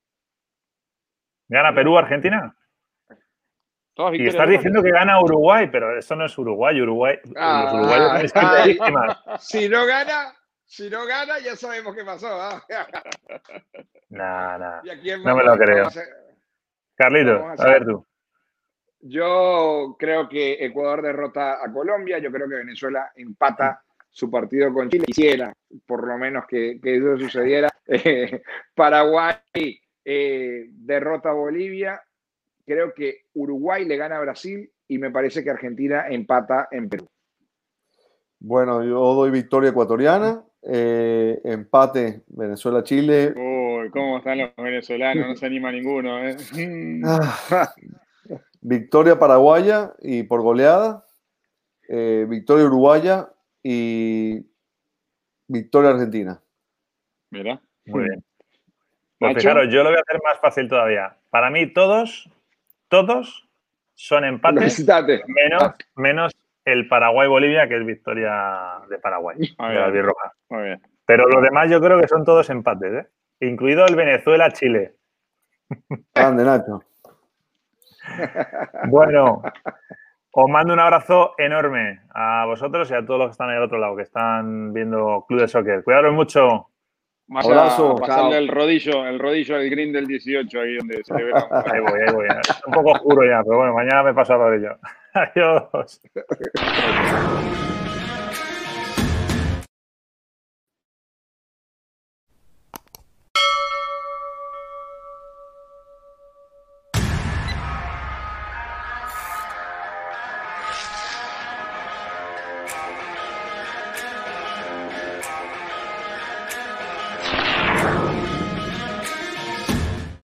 S2: ¿Gana Perú, Argentina?
S3: Todas
S2: Y
S3: victorias
S2: estás
S3: locales.
S2: diciendo que gana Uruguay, pero eso no es Uruguay. Uruguay,
S4: Ah,
S2: los uruguayos son siempre
S4: ah,
S2: víctimas.
S4: Si no gana, si no gana, ya sabemos qué pasó. ¿Ah?
S2: Nah, nah.
S4: ¿Y a quién
S2: No me
S4: vamos-
S2: lo creo.
S4: vamos a hacer?
S2: Carlitos,
S4: Vamos a
S2: a ver
S4: hacer-
S2: tú.
S4: Yo creo que Ecuador derrota a Colombia. Yo creo que Venezuela empata su partido con Chile. Quisiera, por lo menos, que, que eso sucediera. Eh, Paraguay eh, derrota a Bolivia. Creo que Uruguay le gana a Brasil y me parece que Argentina empata en Perú.
S5: Bueno, yo doy victoria ecuatoriana, eh, empate Venezuela-Chile.
S3: Uy, cómo están los venezolanos. No se anima ninguno. ¿eh?
S5: Ah, victoria paraguaya y por goleada, eh, victoria uruguaya y victoria argentina.
S3: Mira.
S2: Muy bien. Pues
S3: Nacho.
S2: fijaros, yo lo voy a hacer más fácil todavía. Para mí, todos, todos son empates,
S4: Felicitate.
S2: menos, menos el Paraguay-Bolivia, que es victoria de Paraguay,
S3: Muy
S2: de la
S3: bien.
S2: albirroja.
S3: Muy bien.
S2: Pero los demás yo creo que son todos empates, ¿eh? Incluido el Venezuela-Chile.
S5: Grande, Nacho.
S2: Bueno, os mando un abrazo enorme a vosotros y a todos los que están ahí al otro lado, que están viendo Club de Soccer. Cuidaros mucho.
S3: Vaya
S5: Abrazo.
S3: a pasarle
S4: Chao.
S3: el rodillo, el rodillo al green del dieciocho, ahí donde se le ve la
S2: Ahí voy, ahí voy. Es un poco oscuro ya, pero bueno, mañana me paso a por ello. Adiós.